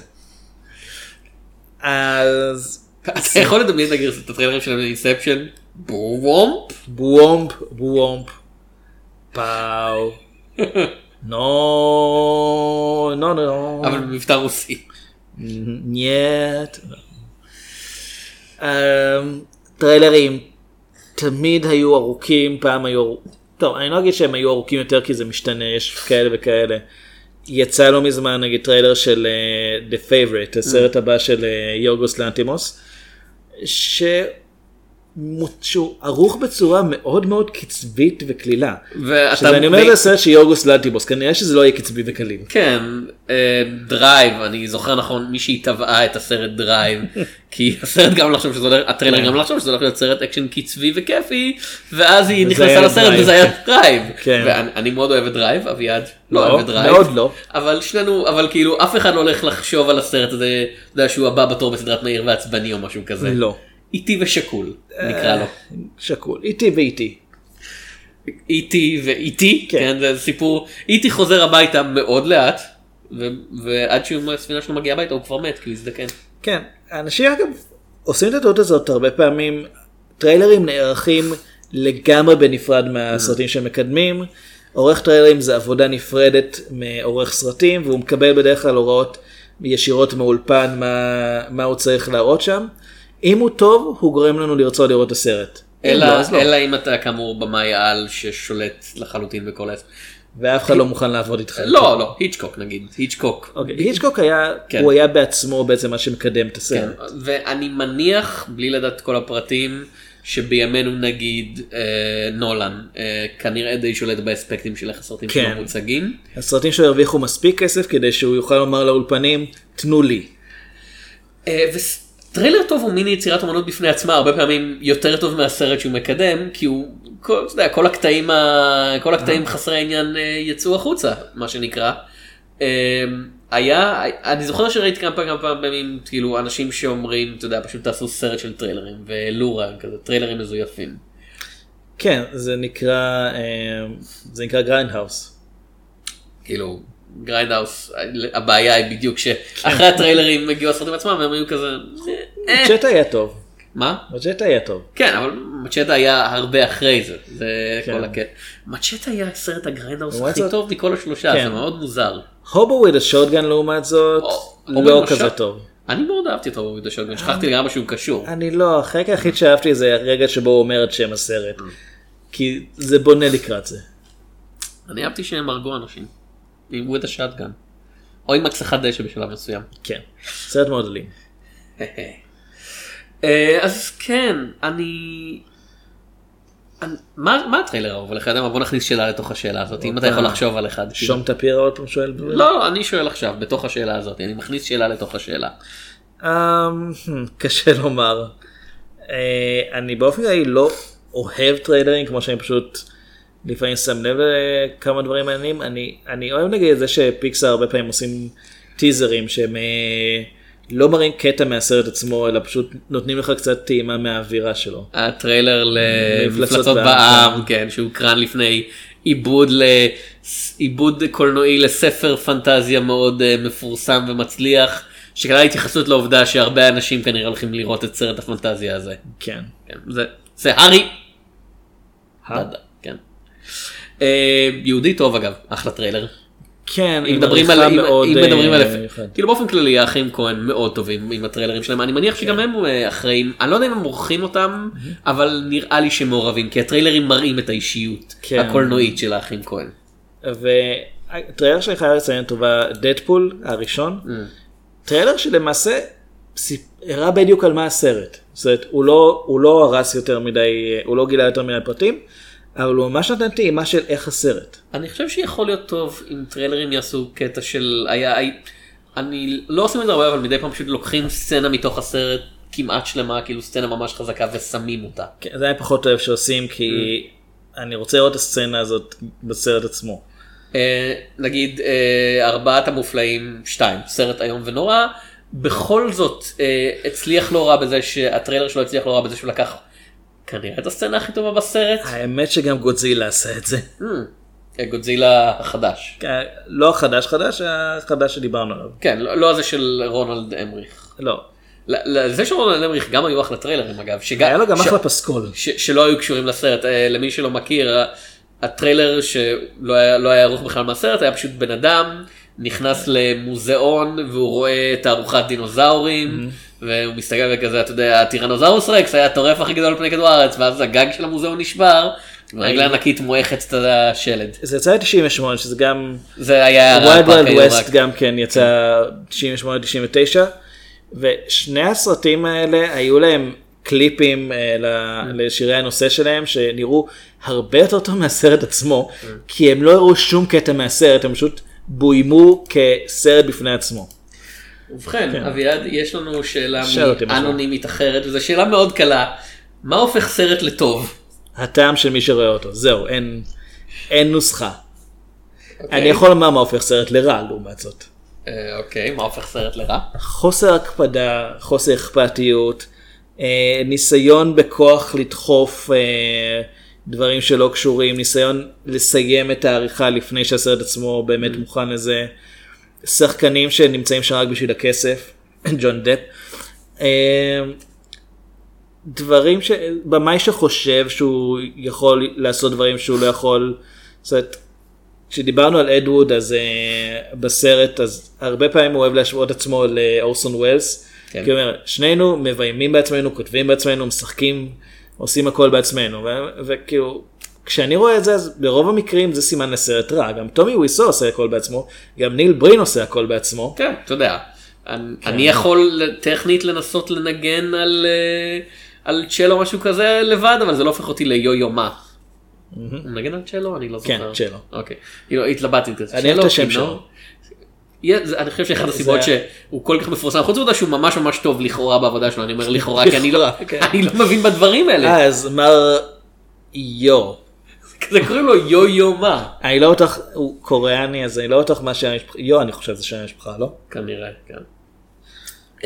אז... אתה יכול לדמיין נגיד את הטריילרים של אינספשן? בוומפ? בוומפ. פאו. נו. אבל במבטא רוסי. נייט. טריילרים תמיד היו ארוכים, פעם היו... טוב, אני לא אגיד שהם היו ארוכים יותר כי זה משתנה, יש כאלה וכאלה. יצא לא מזמן נגיד טריילר של The Favorite, הסרט הבא של יורגוס לנטימוס, שהוא ערוך בצורה מאוד מאוד קצבית וכלילה. אני אומר זה סרט של יורגוס לנטימוס, כנראה שזה לא יהיה קצבי וכליל. כן, דרייב, אני זוכר נכון, מישהי טבעה את הסרט דרייב, כי הסרט גם לחשוב שזה הולך, הטריילר גם לחשוב שזה הולך להיות סרט אקשן קצבי וכיפי, ואז היא נכנסה לסרט וזה היה דרייב. ואני מאוד אוהב את דרייב, אביעד לא אוהב את דרייב. מאוד לא. אבל שנינו, אבל כאילו אף אחד לא הולך לחשוב על הסרט הזה, אתה יודע שהוא הבא בתור בסדרת מהיר ועצבני או משהו כזה. לא. איטי ושקול, נקרא לו. שקול, איטי ואיטי. איטי ואיטי, כן, זה סיפור. איטי חוזר הביתה מאוד לאט, ועד שהספינה שלו מגיעה הביתה הוא כבר מת, כי הוא הזדקן. כן, אנשים אגב עושים את הדעות הזאת הרבה פעמים, טריילרים נערכים לגמרי בנפרד מהסרטים שהם מקדמים, עורך טריילרים זה עבודה נפרדת מעורך סרטים, והוא מקבל בדרך כלל הוראות ישירות מאולפן מה הוא צריך להראות שם. אם הוא טוב, הוא גורם לנו לרצות לראות את הסרט. אלא אם אתה כאמור במאי על ששולט לחלוטין בכל עץ. ואף אחד לא מוכן לעבוד איתך. לא, היצ'קוק נגיד, היצ'קוק. היצ'קוק הוא היה בעצמו בעצם מה שמקדם את הסרט. ואני מניח, בלי לדעת כל הפרטים, שבימינו נגיד נולן כנראה די שולט באספקטים של איך הסרטים שלו מוצגים. הסרטים שלו הרוויחו מספיק כסף כדי שהוא יוכל לומר לאולפנים, תנו לי. טריילר טוב הוא מיני יצירת אומנות בפני עצמה, הרבה פעמים יותר טוב מהסרט שהוא מקדם, כי הוא, כל הקטעים חסרי העניין יצאו החוצה, מה שנקרא. אני זוכר שראיתי כמה פעמים, כאילו, אנשים שאומרים, אתה יודע, פשוט תעשו סרט של טריילרים, ולורה, כזה, טריילרים מזויפים. כן, זה נקרא גריינדהאוס. כאילו, גריינדהאוס, הבעיה היא בדיוק שאחרי הטריילרים מגיעו הסרטים עצמם, והם היו כזה... מצ'טה היה טוב. מה? מצ'טה היה טוב. כן, אבל מצ'טה היה הרבה אחרי זה. זה כל הקטע. מצ'טה היה סרט הגריינדהאוס הכי טוב מכל השלושה, זה מאוד מוזר. הובו וויד השוטגן לעומת זאת, לא כזה טוב. אני מאוד אהבתי את הובו וויד השוטגן, שכחתי לגמרי שהוא קשור. אני לא, החלק היחיד שאהבתי זה הרגע שבו הוא אומר את שם הסרט. כי זה בונה לקראת זה. אני אהבתי שהם הרגו אנשים. עם וויד השוטגן. או עם מצלחת דשא בשלב מסוים. כן, סרט מאוד אלים. אז כן, מה הטריילר האהוב עליך? בוא נכניס שאלה לתוך השאלה הזאת, אם אתה יכול לחשוב על אחד. שום טפירה עוד פעם שואל? לא, אני שואל עכשיו, בתוך השאלה הזאת, אני מכניס שאלה לתוך השאלה. קשה לומר. אני באופן כללי לא אוהב טריילרים, כמו שאני פשוט לפעמים שם לב לכמה דברים מעניינים. אני אוהב נגיד את זה שפיקסאר הרבה פעמים עושים טיזרים שהם לא מראים קטע מהסרט עצמו, אלא פשוט נותנים לך קצת טעימה מהאווירה שלו. הטריילר למפלצות בעם, כן, שהוא קרן לפני עיבוד קולנועי לספר פנטזיה מאוד מפורסם ומצליח, שכלל התייחסות לעובדה שהרבה אנשים כנראה הולכים לראות את סרט הפנטזיה הזה. כן. זה הארי. כן. יהודי טוב אגב, אחלה טריילר. כן, אם מדברים על כאילו באופן כללי האחים כהן מאוד טובים עם הטריילרים שלהם, אני מניח שגם הם אחראים, אני לא יודע אם הם מורחים אותם, אבל נראה לי שמעורבים, כי הטריילרים מראים את האישיות הקולנועית של האחים כהן. וטריילר שאני חייב לציין טובה, דדפול הראשון, טריילר שלמעשה הראה בדיוק על מה הסרט, זאת אומרת, הוא לא הרס יותר מדי, הוא לא גילה יותר מדי פרטים, אבל הוא ממש נתן טעימה של איך הסרט. אני חושב שיכול להיות טוב אם טריילרים יעשו קטע של... אני לא עושים את זה הרבה, אבל מדי פעם פשוט לוקחים סצנה מתוך הסרט כמעט שלמה, כאילו סצנה ממש חזקה ושמים אותה. כן, זה היה פחות אוהב שעושים, כי אני רוצה לראות את הסצנה הזאת בסרט עצמו. נגיד, ארבעת המופלאים 2, סרט איום ונורא, בכל זאת הצליח לא רע בזה שהטריילר שלו הצליח לא רע בזה שהוא לקח כנראה את הסצנה הכי טובה בסרט. האמת שגם גודזילה עשה את זה. גודזילה החדש. לא החדש, החדש שדיברנו עליו. כן, לא זה של רונלד אמריך. לא. זה של רונלד אמריך גם היו אחלה טריילרים אגב. היה לו גם אחלה פסקול. שלא היו קשורים לסרט. למי שלא מכיר, הטריילר שלא היה ערוך בכלל מהסרט, היה פשוט בן אדם, נכנס למוזיאון והוא רואה תערוכת דינוזאורים. והוא מסתכל וכזה, אתה יודע, הטירנוזאורוס רקס היה הטורף הכי גדול פני כדור הארץ, ואז הגג של המוזיאון נשבר, ורגלה ענקית מועכת את השלד. זה יצא 98, שזה גם... זה היה... ווילד ווילד ווסט גם כן יצא 98-99, ושני הסרטים האלה היו להם קליפים לשירי הנושא שלהם, שנראו הרבה יותר טוב מהסרט עצמו, כי הם לא הראו שום קטע מהסרט, הם פשוט בוימו כסרט בפני עצמו. ובכן, אביעד, יש לנו שאלה אנונימית אחרת, וזו שאלה מאוד קלה. מה הופך סרט לטוב? הטעם של מי שרואה אותו, זהו, אין נוסחה. אני יכול לומר מה הופך סרט לרע, לעומת זאת. אוקיי, מה הופך סרט לרע? חוסר הקפדה, חוסר אכפתיות, ניסיון בכוח לדחוף דברים שלא קשורים, ניסיון לסיים את העריכה לפני שהסרט עצמו באמת מוכן לזה. שחקנים שנמצאים שם רק בשביל הכסף, ג'ון דפ, דברים במאי שחושב שהוא יכול לעשות דברים שהוא לא יכול, זאת אומרת, כשדיברנו על אדווד, אז בסרט, אז הרבה פעמים הוא אוהב להשוות עצמו לאורסון ווילס, כי הוא אומר, שנינו מביימים בעצמנו, כותבים בעצמנו, משחקים, עושים הכל בעצמנו, וכאילו, כשאני רואה את זה, אז ברוב המקרים זה סימן לסרט רע, גם טומי וויסו עושה הכל בעצמו, גם ניל ברין עושה הכל בעצמו. כן, אתה יודע, אני יכול טכנית לנסות לנגן על צ'לו משהו כזה לבד, אבל זה לא הופך אותי ליו-יו מה. הוא מנגן על צ'לו? אני לא זוכר. כן, צ'לו. אוקיי, התלבטתי את זה. אני אוהב את השם שלו. אני חושב שאחד הסיבות שהוא כל כך מפורסם, חוץ מהעובדה שהוא ממש ממש טוב לכאורה בעבודה שלו, אני אומר לכאורה, כי אני לא מבין בדברים האלה. אז מר יו. זה קוראים לו יו-יו מה. אני לא אותך, הוא קוריאני, אז אני לא אותך מה שם המשפחה, יו אני חושב זה שם המשפחה, לא? כנראה, כן.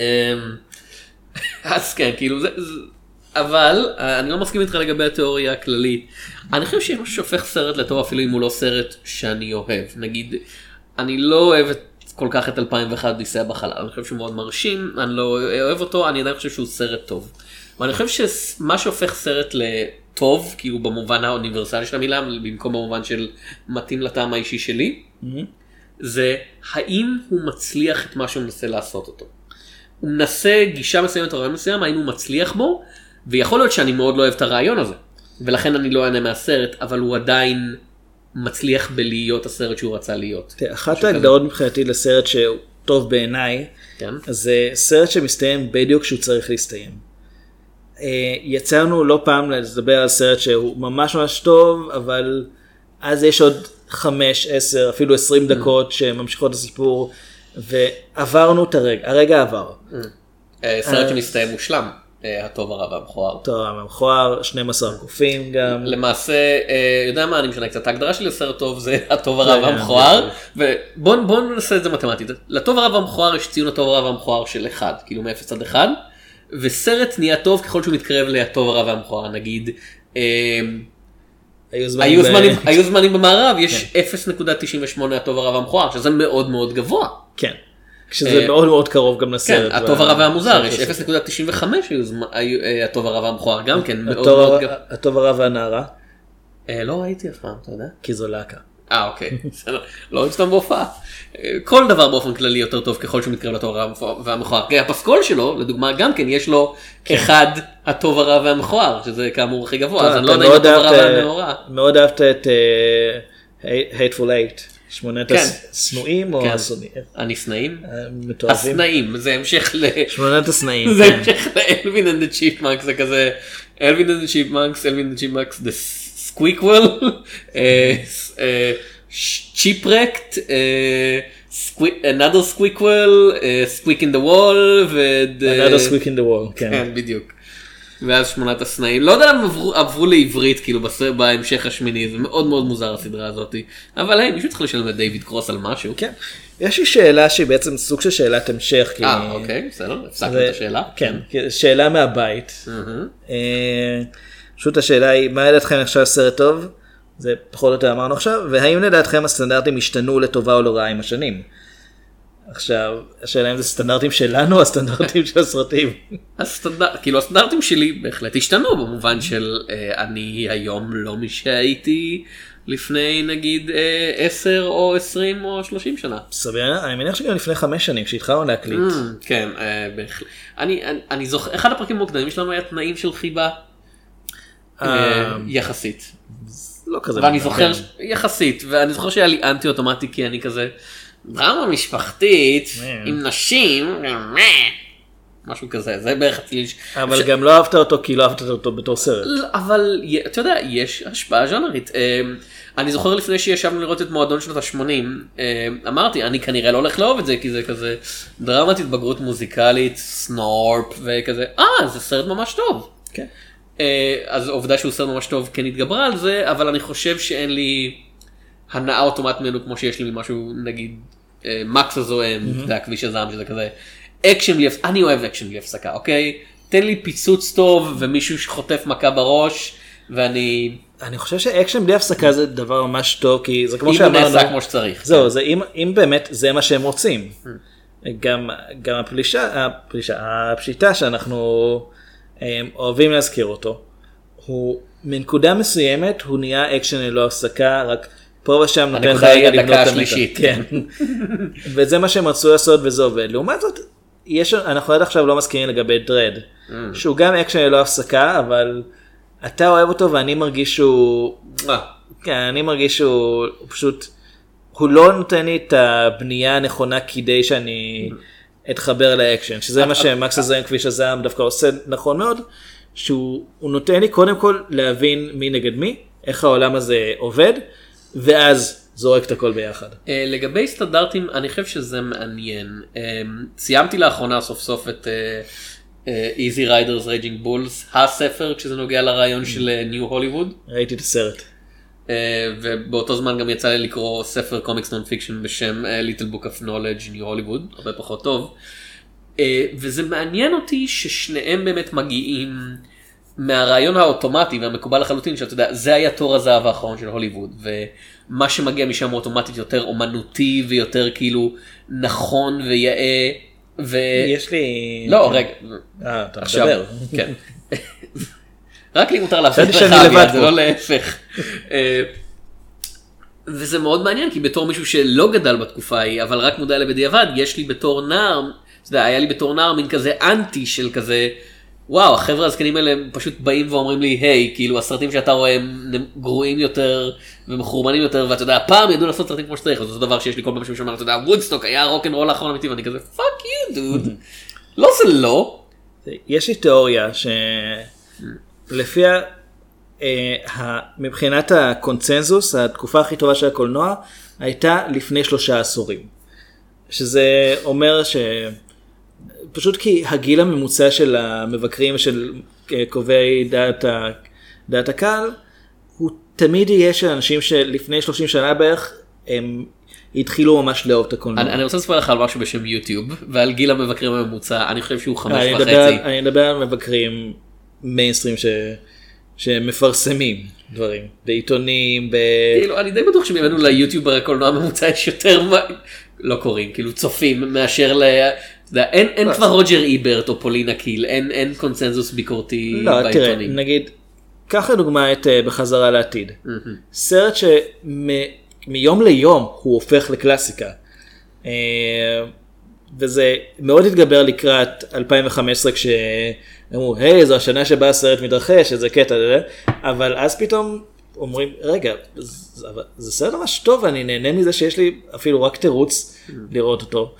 אז כן, כאילו זה, אבל אני לא מסכים איתך לגבי התיאוריה הכללית. אני חושב שאם שופך סרט לטוב אפילו אם הוא לא סרט שאני אוהב, נגיד, אני לא אוהב כל כך את 2001 דיסאה בחלל, אני חושב שהוא מאוד מרשים, אני לא אוהב אותו, אני עדיין חושב שהוא סרט טוב. ואני חושב שמה שהופך סרט לטוב, כאילו במובן האוניברסלי של המילה, במקום במובן של מתאים לטעם האישי שלי, זה האם הוא מצליח את מה שהוא מנסה לעשות אותו. הוא מנסה גישה מסוימת או רעיון מסוים, האם הוא מצליח בו, ויכול להיות שאני מאוד לא אוהב את הרעיון הזה, ולכן אני לא אענה מהסרט, אבל הוא עדיין מצליח בלהיות הסרט שהוא רצה להיות. אחת ההגדרות מבחינתי לסרט שהוא טוב בעיניי, זה סרט שמסתיים בדיוק כשהוא צריך להסתיים. יצרנו לא פעם לדבר על סרט שהוא ממש ממש טוב, אבל אז יש עוד 5, 10, אפילו 20 דקות שממשיכות הסיפור, ועברנו את הרגע עבר. סרט שמסתיים מושלם, הטוב הרע והמכוער. הטוב הרע והמכוער, 12 קופים גם. למעשה, יודע מה, אני משנה קצת, ההגדרה שלי לסרט טוב זה הטוב הרע והמכוער, ובואו ננסה את זה מתמטית. לטוב הרע והמכוער יש ציון הטוב הרע והמכוער של 1, כאילו מ-0 עד 1, וסרט נהיה טוב ככל שהוא מתקרב להטוב הרע והמכוער, נגיד, היו זמנים במערב, יש 0.98 הטוב הרע והמכוער, שזה מאוד מאוד גבוה. כן, כשזה מאוד מאוד קרוב גם לסרט. כן, הטוב הרע והמוזר, יש 0.95 הטוב הרע והמכוער, גם כן מאוד מאוד גבוה. הטוב הרע והנערה? לא ראיתי אף פעם, אתה יודע? כי זו להקה. אוקיי, לא סתם בהופעה. כל דבר באופן כללי יותר טוב ככל שהוא מתקרב לטוב הרע והמכוער. הפסקול שלו, לדוגמה, גם כן יש לו אחד הטוב הרע והמכוער, שזה כאמור הכי גבוה, אז אני לא יודע אם הטוב הרע והמכוער. מאוד אהבת את Hateful Eight, 8 הסנועים או הסנועים? הנשנאים? הסנאים, זה המשך 8 הסנאים. זה המשך לאלווין and the Chipmunks, זה כזה, אלווין and the Chipmunks, the Squeakquel, Shipwrecked, another Squeakquel, Squeak in the Wall, another Squeak in the Wall, כן, בדיוק. ואז 8 הסנאים, לא יודע למה עברו לעברית כאילו בהמשך השמיני, זה מאוד מאוד מוזר הסדרה הזאת, אבל היי, מישהו צריך לשלם את דיוויד קרוס על משהו. כן, יש לי שאלה שהיא בעצם סוג של שאלת המשך. אוקיי, בסדר, הפסקנו את השאלה. כן, שאלה מהבית. פשוט השאלה היא, מה לדעתכם עכשיו סרט טוב? זה פחות או יותר אמרנו עכשיו, והאם לדעתכם הסטנדרטים השתנו לטובה או לא רעה עם השנים? עכשיו, השאלה אם זה סטנדרטים שלנו או הסטנדרטים של הסרטים? כאילו הסטנדרטים שלי בהחלט השתנו, במובן של אני היום לא מי שהייתי לפני נגיד 10 או 20 או 30 שנה. סביר, אני מניח שגם לפני 5 שנים כשהתחלנו להקליט. כן, בהחלט. אני זוכר, אחד הפרקים המוקדמים שלנו היה תנאים של חיבה יחסית. לא כזה. ואני זוכר יחסית, ואני זוכר שהיה לי אנטי אוטומטי כי אני כזה דרמה משפחתית עם נשים, משהו כזה, זה בערך התליש. אבל גם לא אהבת אותו כי לא אהבת אותו בתור סרט. אבל אתה יודע, יש השפעה ז'אנרית. אני זוכר לפני שישבנו לראות את מועדון שנות ה-80, אמרתי, אני כנראה לא הולך לאהוב את זה, כי זה כזה דרמת התבגרות מוזיקלית, סנורפ וכזה, זה סרט ממש טוב. כן. אז העובדה שהוא סרט ממש טוב כן התגברה על זה, אבל אני חושב שאין לי הנאה אוטומט ממנו כמו שיש לי ממשהו, נגיד, מקס הזוהם, זה הכביש הזעם שזה כזה, אקשן בלי הפסקה, אני אוהב אקשן בלי הפסקה, אוקיי? תן לי פיצוץ טוב ומישהו שחוטף מכה בראש, ואני חושב שאקשן בלי הפסקה זה דבר ממש טוב, כי זה כמו שאמרנו, אם הוא נעשה כמו שצריך. זהו, אם באמת זה מה שהם רוצים. גם הפשיטה שאנחנו אוהבים להזכיר אותו, הוא מנקודה מסוימת הוא נהיה אקשן ללא הפסקה, רק פה ושם נותן לך רגע לבנות את השלישית. כן. וזה מה שהם רצו לעשות וזה עובד. לעומת זאת, אנחנו עד עכשיו לא מסכימים לגבי דרד, שהוא גם אקשן ללא הפסקה, אבל אתה אוהב אותו ואני מרגיש שהוא, כן, אני מרגיש שהוא פשוט, הוא לא נותן לי את הבנייה הנכונה כדי שאני אתחבר לאקשן, שזה מה שמקס הזרם כביש הזעם דווקא עושה נכון מאוד, שהוא נותן לי קודם כל להבין מי נגד מי, איך העולם הזה עובד, ואז זורק את הכל ביחד. לגבי סטנדרטים, אני חושב שזה מעניין. סיימתי לאחרונה סוף סוף את Easy Riders Raging Bulls, הספר, כשזה נוגע לרעיון של ניו הוליווד. ראיתי את הסרט. ובאותו זמן גם יצא לי לקרוא ספר קומיקס נון פיקשן בשם Little Book of Knowledge ניו הוליווד, הרבה פחות טוב. וזה מעניין אותי ששניהם באמת מגיעים מהרעיון האוטומטי והמקובל לחלוטין, שאתה יודע, זה היה תור הזהב האחרון של הוליווד, ומה שמגיע משם אוטומטית יותר אומנותי ויותר כאילו נכון ויאה. יש לי... לא, רגע. אתה מדבר. כן. רק לי מותר להפך לך אביעד, זה לא להפך. וזה מאוד מעניין, כי בתור מישהו שלא גדל בתקופה ההיא, אבל רק מודע לבדיעבד, יש לי בתור נער, אתה יודע, היה לי בתור נער מין כזה אנטי של כזה, וואו, החבר'ה הזקנים האלה פשוט באים ואומרים לי, היי, כאילו הסרטים שאתה רואה הם גרועים יותר ומחורבנים יותר, ואתה יודע, פעם ידעו לעשות סרטים כמו שצריך, זה דבר שיש לי כל פעם משהו שאומר, אתה יודע, וודסטוק היה רוק'נ'רול האחרון אמיתי, ואני כזה, פאק יו דוד, לא זה לא. יש לי תיאוריה שלפיה מבחינת הקונצנזוס, התקופה הכי טובה של הקולנוע, הייתה לפני 3 עשורים. שזה אומר פשוט כי הגיל הממוצע של המבקרים ושל קובעי דעת הקהל, הוא תמיד יהיה של אנשים שלפני 30 שנה בערך, הם התחילו ממש לאהוב את הקולנוע. אני רוצה לספר לך על משהו בשם יוטיוב, ועל גיל המבקרים הממוצע, אני חושב שהוא 5.5. אני מדבר על מבקרים מיינסטרים שמפרסמים דברים, בעיתונים, כאילו, אני די בטוח שממנו ליוטיובר הקולנוע הממוצע יש יותר, לא קוראים, כאילו צופים, מאשר אין כבר רוג'ר איברט או פולינה קיל, אין קונצנזוס ביקורתי בעיתונים. לא, תראה, נגיד, קח לדוגמה את בחזרה לעתיד. סרט שמיום ליום הוא הופך לקלאסיקה. וזה מאוד התגבר לקראת 2015 כשאמרו, היי, זו השנה שבה הסרט מתרחש, איזה קטע, אבל אז פתאום אומרים, רגע, זה סרט ממש טוב, אני נהנה מזה שיש לי אפילו רק תירוץ לראות אותו.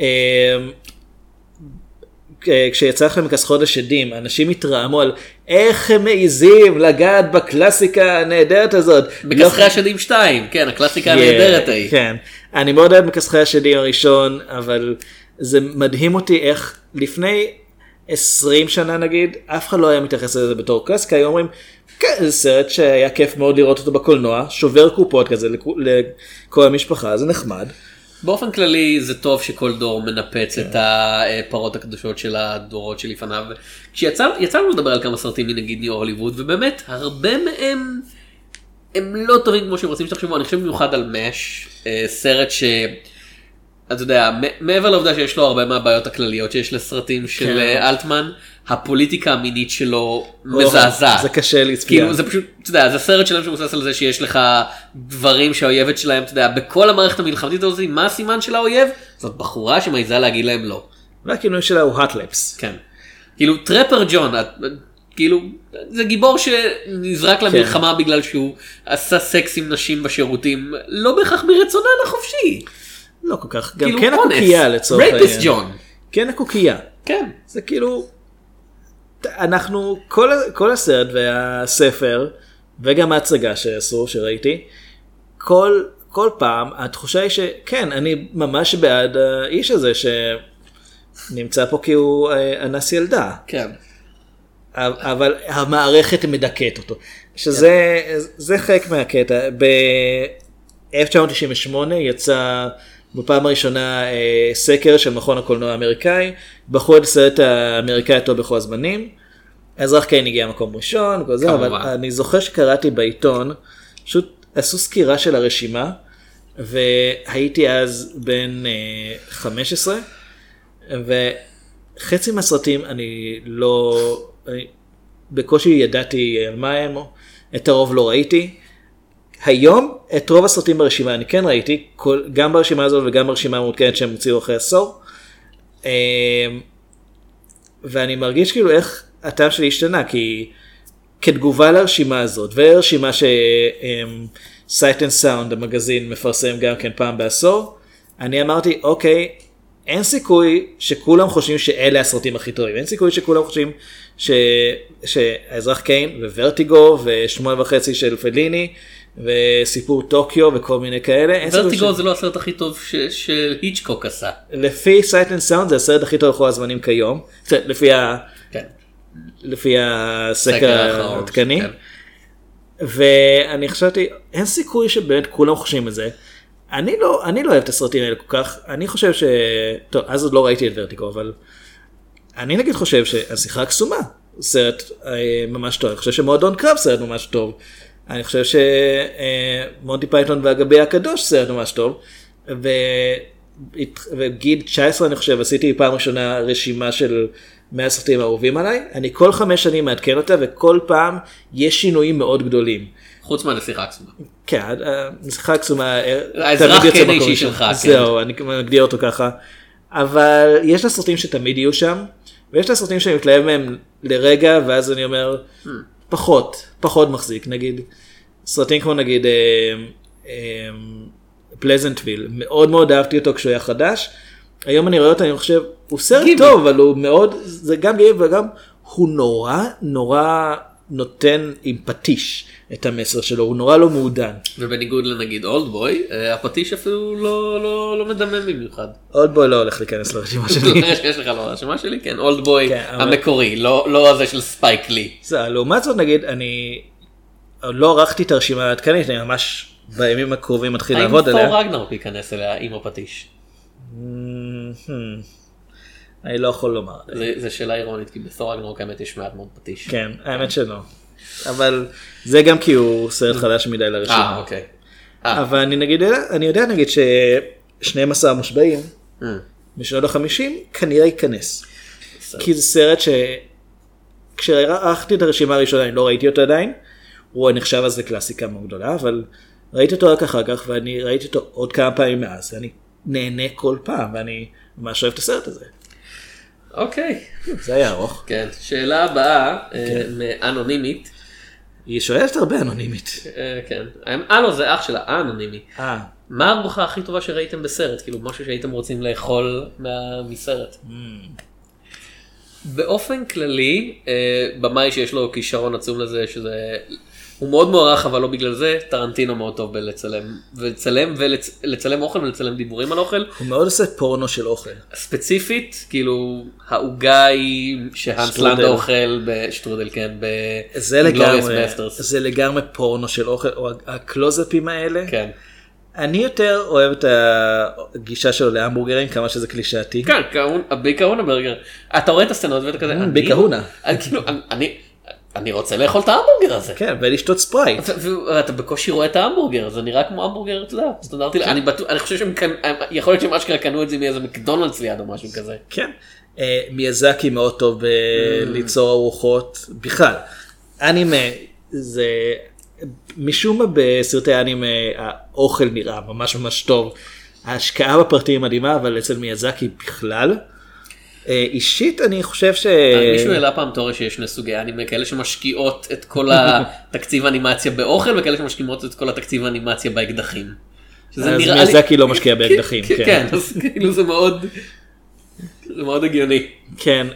כשיצא לכם מכסחות השדים, אנשים התרעמו על איך הם מעיזים לגעת בקלאסיקה הנהדרת הזאת. מכסחי השדים 2, כן, הקלאסיקה הנהדרת ההיא. כן, אני מאוד אוהב מכסחי השדים הראשון, אבל זה מדהים אותי איך לפני 20 שנה נגיד, אף אחד לא היה מתייחס לזה בתור קלאסיקה, היו אומרים, כן, זה סרט שהיה כיף מאוד לראות אותו בקולנוע, שובר קופות כזה לכל המשפחה, זה נחמד. באופן כללי זה טוב שכל דור מנפץ את הפרות הקדושות של הדורות שלפניו. כשיצאנו לדבר על כמה סרטים מנגיד ניו הוליווד, ובאמת הרבה מהם הם לא טובים כמו שהם רוצים שתחשבו. אני חושב במיוחד על מש, סרט אתה יודע, מעבר לעובדה שיש לו הרבה מהבעיות הכלליות שיש לסרטים של אלטמן, הפוליטיקה המינית שלו מזעזעת. זה קשה לצפייה. כאילו זה פשוט, אתה יודע, זה סרט שלהם שמבוסס על זה שיש לך דברים שהאויבת שלהם, אתה יודע, בכל המערכת המלחמתית הזאת, מה הסימן של האויב? זאת בחורה שמעיזה להגיד להם לא. והכינוי שלה הוא הטלפס. כן. כאילו טרפר ג'ון, כאילו, זה גיבור שנזרק למלחמה בגלל שהוא עשה סקס עם נשים בשירותים, לא בהכרח מרצונן החופשי. לא כל כך, גם כן הקוקייה לצורך העניין. רייפיסט ג'ון. כן הקוקייה. כן. זה כאילו, אנחנו, כל הסרט והספר, וגם ההצגה שעשו, שראיתי, כל פעם, התחושה היא שכן, אני ממש בעד האיש הזה, שנמצא פה כי הוא אנס ילדה. כן. אבל המערכת מדכאת אותו. שזה חלק מהקטע. ב-1998 יצא בפעם הראשונה סקר של מכון הקולנוע האמריקאי, בחרו את הסרט האמריקאי הטוב בכל הזמנים, אזרח קיין הגיע מקום ראשון, וזה, אבל אני זוכר שקראתי בעיתון, פשוט עשו סקירה של הרשימה, והייתי אז בן 15, וחצי מהסרטים אני בקושי ידעתי על מה הם, את הרוב לא ראיתי, היום את רוב הסרטים ברשימה אני כן ראיתי, גם ברשימה הזאת וגם ברשימה המעודכנת שהם הוציאו אחרי עשור, ואני מרגיש כאילו איך הטעם שלי השתנה, כי כתגובה לרשימה הזאת, ורשימה ש-Sight and Sound, המגזין, מפרסם גם כן פעם בעשור, אני אמרתי, אוקיי, אין סיכוי שכולם חושבים שאלה הסרטים הכי טובים, אין סיכוי שכולם חושבים שהאזרח קיין וורטיגו ו8.5 של פליני וסיפור טוקיו וכל מיני כאלה. ורטיגו זה לא הסרט הכי טוב שהיצ'קוק עשה. לפי Sight and Sound זה הסרט הכי טוב לכל הזמנים כיום, לפי הסקר העדכני. ואני חשבתי, אין סיכוי שבאמת כולם חושבים את זה. אני לא אוהב את הסרטים האלה כל כך, אני חושב טוב, אז עוד לא ראיתי את ורטיגו, אבל אני נגיד חושב שהשיחה הקסומה, סרט ממש טוב, אני חושב שמועדון קרב סרט ממש טוב, אני חושב שמונטי פייתון והגבי הקדוש סרט ממש טוב, וגיד 19 אני חושב, עשיתי פעם ראשונה רשימה של 100 סרטים אהובים עליי, אני כל 5 שנים מעדכן אותה, וכל פעם יש שינויים מאוד גדולים. חוץ מהנסיכה הקסומה. כן, הנסיכה הקסומה, האזרח כן האישי שלך. זהו, אני מגדיר אותו ככה. אבל יש לסרטים שתמיד יהיו שם, ויש לסרטים שאני מתלהב מהם לרגע, ואז אני אומר, פחות מחזיק. נגיד, סרטים כמו נגיד פלזנטוויל, מאוד מאוד אהבתי אותו כשהוא היה חדש. היום אני רואה אותו, אני חושב, הוא סרט טוב, אבל הוא מאוד, זה גם גיב וגם, הוא נורא נותן עם פטיש את המסר שלו, הוא נורא לא מעודן. ובניגוד לנגיד אולדבוי, הפטיש אפילו לא מדמם במיוחד. אולדבוי לא הולך להיכנס לרשימה שלי. יש לך לא לרשימה שלי? כן, אולדבוי המקורי, לא הזה של ספייק לי. לעומת זאת נגיד, אני לא ערכתי את הרשימה העדכנית, אני ממש בימים הקרובים מתחיל לעבוד עליה. האם פור רגנרוק ייכנס אליה עם הפטיש? אני לא יכול לומר. זה שאלה אירונית, כי בתור רגנרוק האמת יש מעט מאוד פטיש. כן, האמת שלא. אבל זה גם כי הוא סרט חדש מדי לרשימה. אוקיי. אבל אני יודע נגיד ש12 מושבעים משנות ה-50 כנראה ייכנס. כי זה סרט כשערכתי את הרשימה הראשונה אני לא ראיתי אותו עדיין. הוא נחשב אז לקלאסיקה מאוד גדולה, אבל ראיתי אותו רק אחר כך ואני ראיתי אותו עוד כמה פעמים מאז. ואני נהנה כל פעם ואני ממש אוהב את הסרט הזה. אוקיי. זה היה ארוך. כן, שאלה הבאה, מאנונימית. היא שואלת הרבה אנונימית. כן, זה אח שלה, האנונימי. מה הארוחה הכי טובה שראיתם בסרט? כאילו משהו שהייתם רוצים לאכול מסרט. באופן כללי, במאי שיש לו כישרון עצום לזה, שזה... הוא מאוד מוערך, אבל לא בגלל זה, טרנטינו מאוד טוב בלצלם אוכל ולצלם דיבורים על אוכל. הוא מאוד עושה פורנו של אוכל. ספציפית, כאילו, העוגה היא שהנס לנדה אוכל בשטרודל, כן, בגלוריוס מאסטרס. זה לגמרי פורנו של אוכל, או הקלוזאפים האלה. כן. אני יותר אוהב את הגישה שלו להמבורגרים, כמה שזה קלישאתי. כן, בעיקרון הברגר. אתה רואה את הסצנות ואתה כזה, בעיקרונה. אני רוצה לאכול את ההמבורגר הזה. כן, ולשתות ספרייט. ואתה בקושי רואה את ההמבורגר, זה נראה כמו המבורגר, אתה יודע, סטנדרטי. אני חושב יכול להיות שהם אשכרה קנו את זה מאיזה מקדונלדס ליד או משהו כזה. כן. מיאזקי מאוד טוב ליצור ארוחות. בכלל, אנימה זה... משום מה בסרטי אנימה האוכל נראה ממש ממש טוב. ההשקעה בפרטים מדהימה, אבל אצל מיאזקי בכלל... אישית אני חושב מישהו העלה פעם תיאוריה שיש שני סוגי אנימה, כאלה שמשקיעות את כל התקציב האנימציה באוכל, וכאלה שמשקיעות את כל התקציב האנימציה באקדחים. אז מיאזקי לא משקיע באקדחים. כן, אז כאילו זה מאוד הגיוני. כן,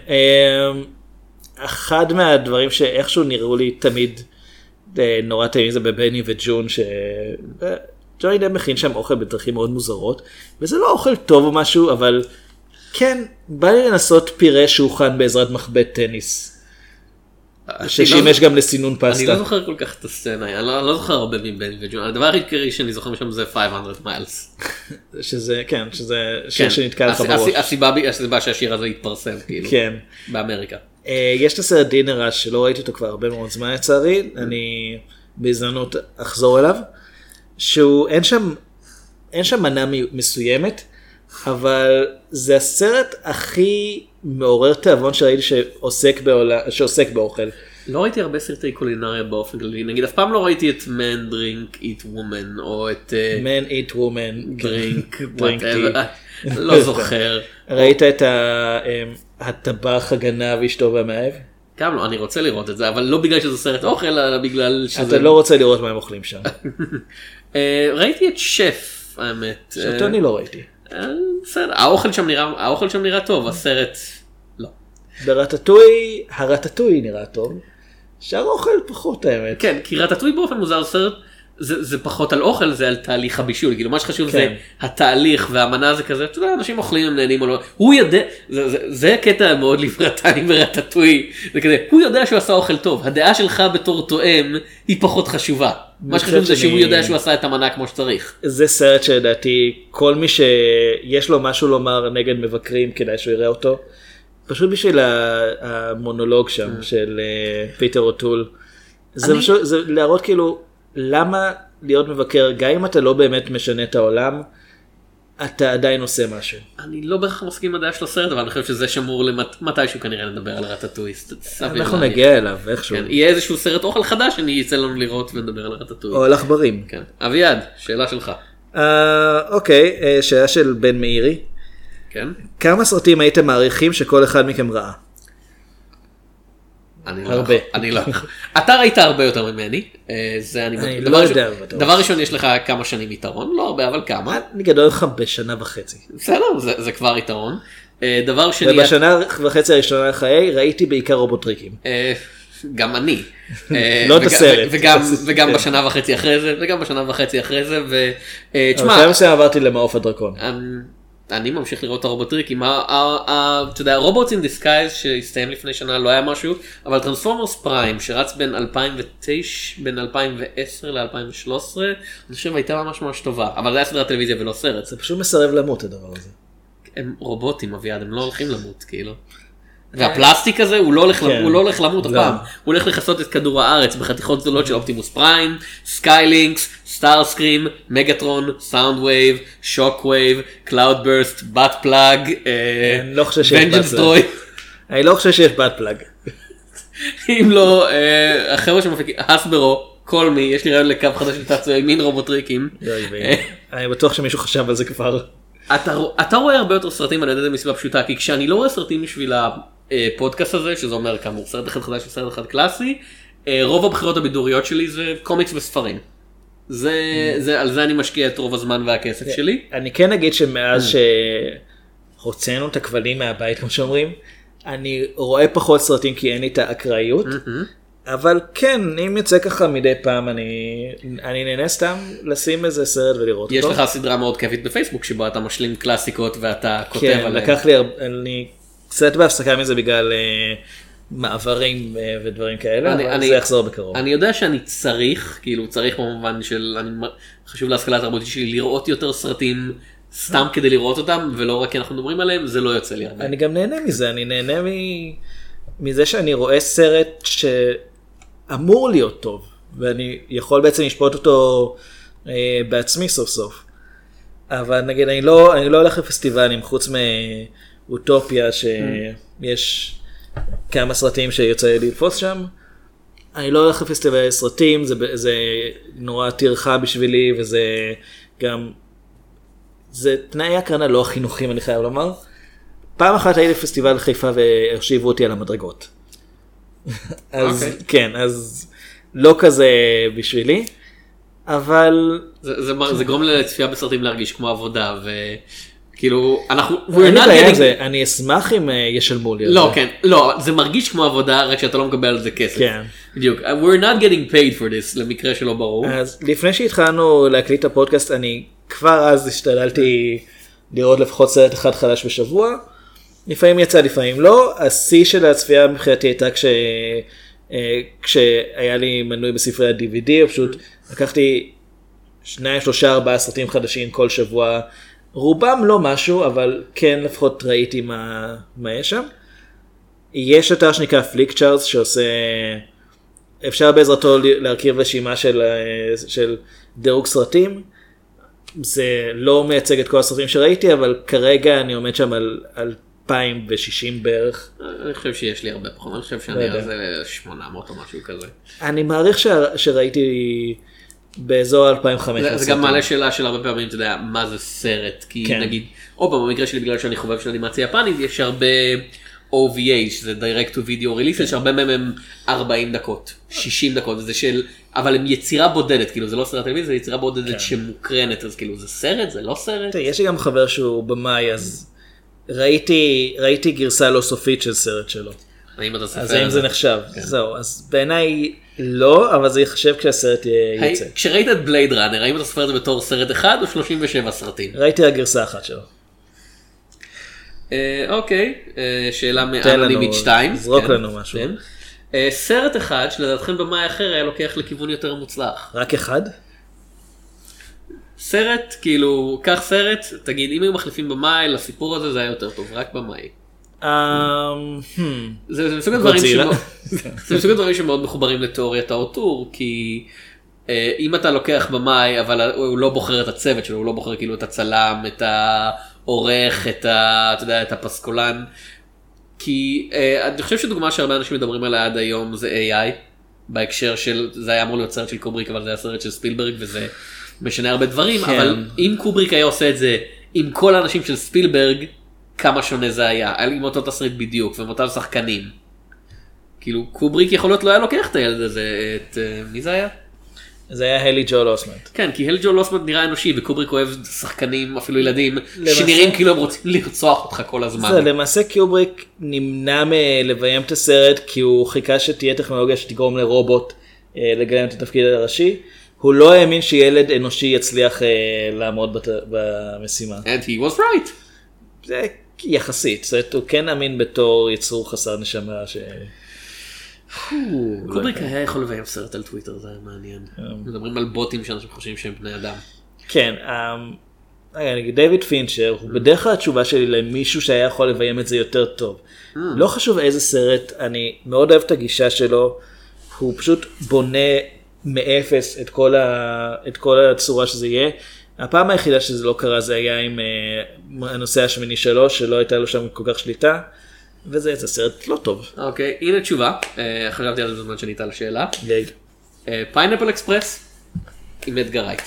אחד מהדברים שאיכשהו נראו לי תמיד נורא טעים זה בבני וג'ון, ג'וני דב מכין שם אוכל בדרכים מאוד מוזרות, וזה לא אוכל טוב או משהו, אבל כן, בא לי לנסות פירה שהוכן בעזרת מחבט טניס. ששימש גם לסינון פסטה. אני לא זוכר כל כך את הסצנה, אני לא זוכר הרבה מבן וג'ון. הדבר העיקרי שאני זוכר משם זה 500 מיילס. שזה, כן, שזה שיר שנתקע לך בראש. הסיבה שהשיר הזה התפרסם, כאילו, באמריקה. יש את הסרט דינר שלא ראיתי אותו כבר הרבה מאוד זמן לצערי, אני בהזדמנות אחזור אליו, שהוא, אין שם מנה מסוימת, אבל זה הסרט הכי מעורר תיאבון שראיתי שעוסק באוכל. לא ראיתי הרבה סרטי קולינריה באופן כללי, נגיד אף פעם לא ראיתי את Man Drink Eat Woman או את Man Eat Woman Drink whatever, לא זוכר. ראית את הטבח הגנב אשתו והמאהב? גם לא, אני רוצה לראות את זה, אבל לא בגלל שזה סרט אוכל, אלא בגלל שזה... אתה לא רוצה לראות מה הם אוכלים שם. ראיתי את שף, האמת. שאותו אני לא ראיתי. בסדר, האוכל שם נראה טוב, הסרט לא. הרטטוי נראה טוב, שאר האוכל פחות האמת. כן, כי רטטוי באופן מוזר סרט, זה פחות על אוכל, זה על תהליך הבישול, כאילו מה שחשוב זה התהליך והמנה זה כזה, אתה יודע, אנשים אוכלים הם נהנים או לא, הוא יודע, זה קטע מאוד ליברטני ורטטוי, זה כזה, הוא יודע שהוא עשה אוכל טוב, הדעה שלך בתור תואם היא פחות חשובה, מה שחשוב זה שהוא יודע שהוא עשה את המנה כמו שצריך. זה סרט שלדעתי, כל מי שיש לו משהו לומר נגד מבקרים, כדאי שהוא יראה אותו, פשוט בשביל המונולוג שם של פיטר אוטול, זה להראות כאילו, למה להיות מבקר, גם אם אתה לא באמת משנה את העולם, אתה עדיין עושה משהו. אני לא בהכרח מסכים עם הדעה של הסרט, אבל אני חושב שזה שמור מתישהו כנראה לדבר על הרטטוי. אנחנו נגיע אליו, איכשהו. יהיה איזשהו סרט אוכל חדש, אני יצא לנו לראות ונדבר על הרטטוי. או על עכברים. אביעד, שאלה שלך. אוקיי, שאלה של בן מאירי. כן. כמה סרטים הייתם מעריכים שכל אחד מכם ראה? הרבה. אני לא. אתה ראית הרבה יותר ממני. דבר ראשון, יש לך כמה שנים יתרון, לא הרבה, אבל כמה. אני גדול לך בשנה וחצי. בסדר, זה כבר יתרון. דבר שני... ובשנה וחצי הראשונה לחיי ראיתי בעיקר רובוטריקים. גם אני. לא את הסרט. וגם בשנה וחצי אחרי זה, וגם בשנה וחצי אחרי זה, אבל שם שעברתי למעוף הדרקון. אני ממשיך לראות את הרובוטריקים, אתה יודע, רובוטס אין דיסקייז שהסתיים לפני שנה לא היה משהו, אבל טרנספורמרס פריים שרץ בין 2010 ל-2013, אני חושב הייתה ממש טובה, אבל זה היה סדרת טלוויזיה ולא סרט. זה פשוט מסרב למות הדבר הזה. הם רובוטים אביעד, הם לא הולכים למות כאילו. והפלסטיק הזה הוא לא הולך למות הפעם, הוא הולך לחסות את כדור הארץ בחתיכות גדולות של אופטימוס פריים, סקיילינקס, סטארסקרים, מגטרון, סאונד וייב, שוק וייב, קלאוד ברסט, בת פלאג, ונג'נס דרוי. אני לא חושב שיש בת פלאג. אם לא, החבר'ה שמפיקים, הסברו, כל מי, יש לי רעיון לקו חדש של תעצועי מין רובוטריקים. אני בטוח שמישהו חשב על זה כבר. אתה רואה הרבה יותר סרטים, אני יודע זה מסיבה פשוטה, כי כשאני לא רואה סרטים בשביל הפודקאסט הזה, שזה אומר כאמור סרט אחד חדש וסרט אחד קלאסי, רוב הבחירות הבידוריות שלי זה קומיקס וספרים. על זה אני משקיע את רוב הזמן והכסף שלי. אני כן אגיד שמאז שהוצאנו את הכבלים מהבית, כמו שאומרים, אני רואה פחות סרטים כי אין לי את האקראיות, אבל כן, אם יוצא ככה מדי פעם, אני נהנה סתם לשים איזה סרט ולראות אותו. יש לך סדרה מאוד כיפית בפייסבוק, שבה אתה משלים קלאסיקות ואתה כותב עליהן. כן, לקח לי, אני קצת בהפסקה מזה בגלל מעברים ודברים כאלה, אבל זה יחזור בקרוב. אני יודע שאני צריך במובן של, חשוב להשכלה התרבותית שלי, לראות יותר סרטים סתם כדי לראות אותם, ולא רק כי אנחנו מדברים עליהם, זה לא יוצא לי הרבה. אני גם נהנה מזה, אני נהנה מזה שאני רואה סרט שאמור להיות טוב, ואני יכול בעצם לשפוט אותו בעצמי סוף סוף. אבל נגיד, אני לא הולך לפסטיבלים, חוץ מאוטופיה שיש כמה סרטים שיוצא לי לתפוס שם. אני לא הולך לפסטיבלי סרטים, זה נורא תירחה בשבילי, וזה גם, זה תנאי הקרנה לא החינוכים, אני חייב לומר. פעם אחת הייתי לפסטיבל חיפה והרשיבו אותי על המדרגות. אז כן, אז לא כזה בשבילי, אבל... זה גורם לצפייה בסרטים להרגיש כמו עבודה, וכאילו, אני אשמח אם ישלמו לי. לא, כן, לא, זה מרגיש כמו עבודה, רק שאתה לא מקבל על זה כסף. כן. בדיוק, we're not getting paid for this, למקרה שלא ברור. אז לפני שהתחלנו להקליט את הפודקאסט, אני כבר אז השתדלתי לראות לפחות סרט אחד חדש בשבוע, לפעמים יצא, לפעמים לא. השיא של הצפייה מבחינתי הייתה כשהיה לי מנוי בספרי ה-DVD, פשוט לקחתי 2, 3, 4 סרטים חדשים כל שבוע, רובם לא משהו, אבל כן לפחות ראיתי מה יש שם. יש אתר שנקרא פליקצ'ארטס שעושה, אפשר בעזרתו להרכיב רשימה של דירוג סרטים. זה לא מייצג את כל הסרטים שראיתי, אבל כרגע אני עומד שם על 2060 בערך. אני חושב שיש לי הרבה פחות, אני חושב שאני על זה 800 או משהו כזה. אני מעריך שראיתי באזור 2015. זה גם מעלה שאלה של הרבה פעמים, אתה יודע, מה זה סרט, כי נגיד, או במקרה שלי בגלל שאני חובב של אנימציה יפנית, יש הרבה OVA, שזה direct to video release, יש הרבה מהם הם 40 דקות, 60 דקות, וזה של, אבל הם יצירה בודדת, כאילו זה לא סרט טלוויזיה, זה יצירה בודדת שמוקרנת, אז כאילו זה סרט, זה לא סרט. יש לי גם חבר שהוא במאי, אז ראיתי גרסה לא סופית של סרט שלו. אז האם זה נחשב? זהו, אז בעיניי לא, אבל זה יחשב כשהסרט יצא. כשראית את בלייד ראנר, האם אתה סופר את זה בתור סרט אחד או 37 סרטים? ראיתי הגרסה אחת שלו. אוקיי, שאלה מאנונימית 2. זרוק לנו משהו. סרט אחד שלדעתכם במאי אחר היה לוקח לכיוון יותר מוצלח. רק אחד? סרט, כאילו, קח סרט, תגיד, אם היו מחליפים במאי לסיפור הזה, זה היה יותר טוב, רק במאי. זה מסוג הדברים שמאוד מחוברים לתיאוריית האוטור, כי אם אתה לוקח במאי, אבל הוא לא בוחר את הצוות שלו, הוא לא בוחר כאילו את הצלם, את העורך, אתה יודע, את הפסקולן, כי אני חושב שדוגמה שהרבה אנשים מדברים עליה עד היום זה AI, בהקשר של, זה היה אמור להיות סרט של קובריק, אבל זה היה סרט של ספילברג, וזה משנה הרבה דברים, אבל אם קובריק היה עושה את זה עם כל האנשים של ספילברג, כמה שונה זה היה, עם אותו תסריט בדיוק, ועם אותם שחקנים. כאילו, קובריק יכול להיות לא היה לוקח את הילד הזה, מי זה היה? זה היה הלי ג'ול אוסמנט. כן, כי הלי ג'ול אוסמנט נראה אנושי, וקובריק אוהב שחקנים, אפילו ילדים, שנראים כאילו הם רוצים לרצוח אותך כל הזמן. זה, למעשה קובריק נמנע מלביים את הסרט, כי הוא חיכה שתהיה טכנולוגיה שתגרום לרובוט לגלם את התפקיד הראשי. הוא לא האמין שילד אנושי יצליח לעמוד במשימה. And he was right. זה יחסית, זאת הוא כן אמין בתור יצור חסר נשמה ש... קובריק היה יכול לביים סרט על טוויטר, זה היה מעניין. מדברים על בוטים שאנשים חושבים שהם בני אדם. כן, דיוויד פינצ'ר, הוא בדרך כלל התשובה שלי למישהו שהיה יכול לביים את זה יותר טוב. לא חשוב איזה סרט, אני מאוד אוהב את הגישה שלו, הוא פשוט בונה מאפס את כל הצורה שזה יהיה. הפעם היחידה שזה לא קרה זה היה עם הנושא השמיני שלו, שלא הייתה לו שם כל כך שליטה, וזה יצא סרט לא טוב. אוקיי, הנה תשובה, חשבתי על זה בזמן שניתה לשאלה. פיינאפל אקספרס עם אדגר רייט.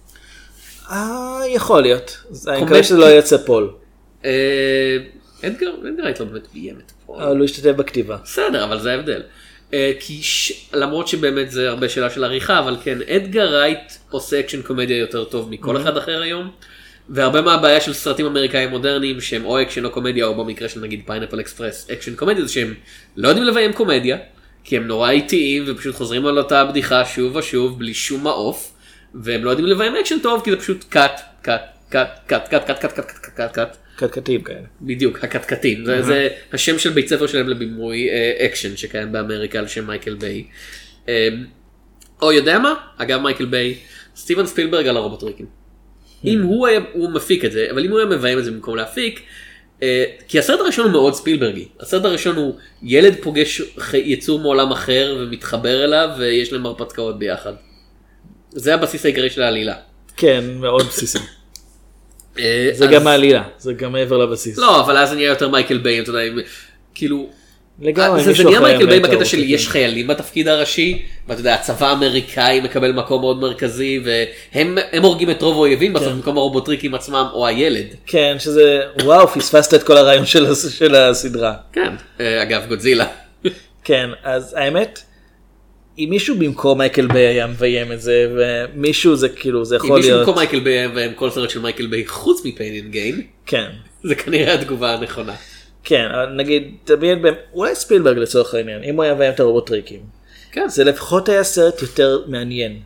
יכול להיות, אני מקווה שזה לא יצא פול. אדגר רייט לא באמת ביים את פול. אבל הוא השתתף בכתיבה. בסדר, אבל זה ההבדל. כי למרות שבאמת זה הרבה שאלה של עריכה, אבל כן, אדגר רייט עושה אקשן קומדיה יותר טוב מכל אחד אחר היום, והרבה מהבעיה של סרטים אמריקאים מודרניים שהם או אקשן או קומדיה, או במקרה של נגיד פיינאפל אקספרס אקשן קומדיה, זה שהם לא יודעים לביים קומדיה, כי הם נורא איטיים ופשוט חוזרים על אותה בדיחה שוב ושוב בלי שום מעוף, והם לא יודעים לביים אקשן טוב כי זה פשוט קאט, קאט, קאט, קאט, קאט, קאט, קאט, קאט, קאט, קאט. קטקטים כאלה. בדיוק, הקטקטים. זה השם של בית ספר שלהם לבימוי אקשן שקיים באמריקה על שם מייקל ביי. או יודע מה? אגב מייקל ביי, סטיבן ספילברג על הרובוטריקים. אם הוא מפיק את זה, אבל אם הוא היה מביים את זה במקום להפיק, כי הסרט הראשון הוא מאוד ספילברגי. הסרט הראשון הוא ילד פוגש יצור מעולם אחר ומתחבר אליו ויש להם הרפתקאות ביחד. זה הבסיס העיקרי של העלילה. כן, מאוד בסיסי. זה גם העלילה, זה גם מעבר לבסיס. לא, אבל אז נהיה יותר מייקל ביי, אתה יודע, כאילו, זה נהיה מייקל ביי בקטע של יש חיילים בתפקיד הראשי, ואתה יודע, הצבא האמריקאי מקבל מקום מאוד מרכזי, והם הורגים את רוב האויבים בסוף במקום הרובוטריקים עצמם, או הילד. כן, שזה, וואו, פספסת את כל הרעיון של הסדרה. כן, אגב, גודזילה. כן, אז האמת, אם מישהו במקום מייקל ביי היה מביים את זה, ומישהו זה כאילו, זה יכול להיות... אם מישהו במקום מייקל ביי מביים כל סרט של מייקל ביי חוץ מפיין אנד גיין, כן. זה כנראה התגובה הנכונה. כן, נגיד, אולי ספילברג לצורך העניין, אם הוא היה מביים את הרובוטריקים, זה לפחות היה סרט יותר מעניין.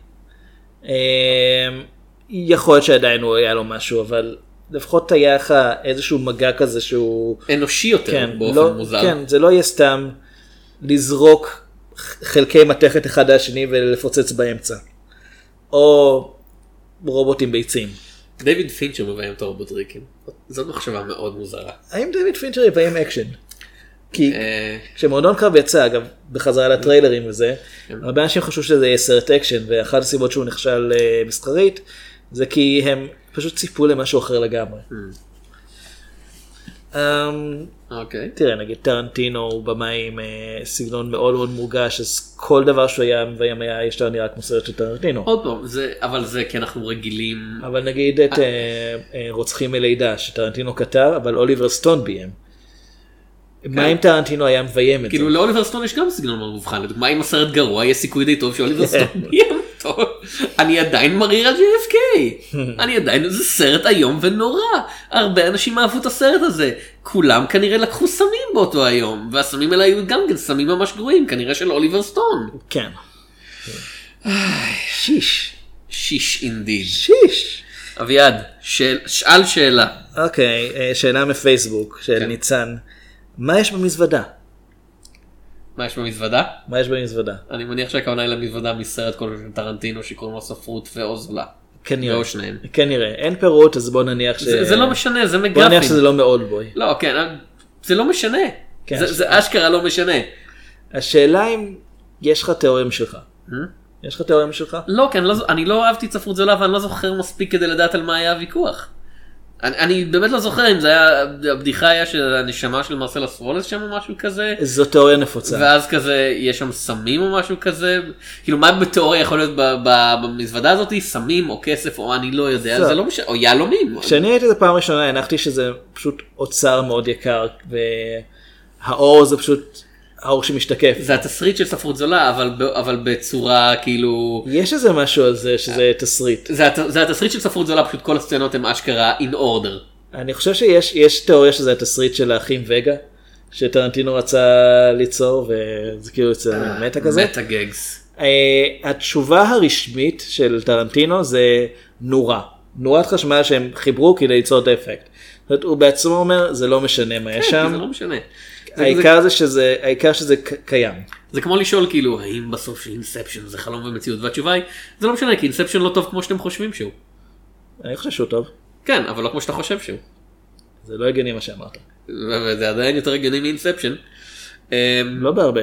יכול להיות שעדיין הוא היה לו משהו, אבל לפחות היה לך איזשהו מגע כזה שהוא... אנושי יותר באופן מוזר. כן, זה לא יהיה סתם לזרוק חלקי מתכת אחד השני ולפוצץ באמצע. או רובוטים ביצים. דיוויד פינצ'ר מביים את הרובוטריקים. זאת מחשבה מאוד מוזרה. האם דיוויד פינצ'ר יביים אקשן? כי כשמועדון קרב יצא, אגב, בחזרה לטריילרים וזה, הרבה אנשים חשבו שזה יהיה סרט אקשן, ואחת הסיבות שהוא נכשל מסחרית, זה כי הם פשוט ציפו למשהו אחר לגמרי. תראה, נגיד טרנטינו הוא במאי עם סגנון מאוד מאוד מורגש, אז כל דבר שהוא היה מביים היה ישר נראה כמו סרט של טרנטינו. עוד פעם, אבל זה כי אנחנו רגילים. אבל נגיד את רוצחים מלידה שטרנטינו כתב, אבל אוליבר סטון ביים. מה אם טרנטינו היה מביים את זה? כאילו לאוליבר סטון יש גם סגנון מאוד מובחן, לדוגמה אם הסרט גרוע יש סיכוי די טוב שאוליבר סטון ביים אותו. אני עדיין מריר על JFK, אני עדיין, זה סרט איום ונורא, הרבה אנשים אהבו את הסרט הזה, כולם כנראה לקחו סמים באותו היום, והסמים האלה היו גם כן סמים ממש גרועים, כנראה של אוליבר סטון. כן. שיש. שיש אינדיד. שיש. אביעד, שאל שאלה. אוקיי, שאלה מפייסבוק של ניצן. מה יש במזוודה? מה יש במזוודה? מה יש במזוודה? אני מניח שהכוונה היא למזוודה מסרט כל של טרנטינו שקוראים לו ספרות ואוזלה. כנראה. או שניהם. כנראה. אין פירוט, אז בוא נניח ש... זה לא משנה, זה מגפין. בוא נניח שזה לא מאולדבוי. לא, כן, זה לא משנה. זה אשכרה לא משנה. השאלה אם יש לך תיאוריה שלך. יש לך תיאוריה שלך? לא, כן, אני לא אהבתי את ספרות זולה, ואני לא זוכר מספיק כדי לדעת על מה היה הוויכוח. אני באמת לא זוכר אם זה היה, הבדיחה היה שהנשמה של מרסלוס וולס שם או משהו כזה. זו תיאוריה נפוצה. ואז כזה, יש שם סמים או משהו כזה. כאילו מה בתיאוריה יכול להיות במזוודה הזאת? סמים או כסף או אני לא יודע, זה לא משנה, או יהלומים. כשאני הייתי את הפעם הראשונה, הנחתי שזה פשוט אוצר מאוד יקר, והאור זה פשוט... האור שמשתקף. זה התסריט של ספרות זולה, אבל בצורה כאילו... יש איזה משהו על זה שזה תסריט. זה התסריט של ספרות זולה, פשוט כל הסצנות הם אשכרה in order. אני חושב שיש תיאוריה שזה התסריט של האחים וגה, שטרנטינו רצה ליצור, וזה כאילו יוצא מטה כזה. מטה גגס. התשובה הרשמית של טרנטינו זה נורה. נורת חשמל שהם חיברו כדי ליצור את האפקט. הוא בעצמו אומר, זה לא משנה מה יש שם. זה לא משנה. העיקר שזה קיים. זה כמו לשאול כאילו האם בסוף שאינספשן זה חלום ומציאות, והתשובה היא זה לא משנה כי אינספשן לא טוב כמו שאתם חושבים שהוא. אני חושב שהוא טוב. כן, אבל לא כמו שאתה חושב שהוא. זה לא הגיוני מה שאמרת. וזה עדיין יותר הגיוני מאינספשן. לא בהרבה.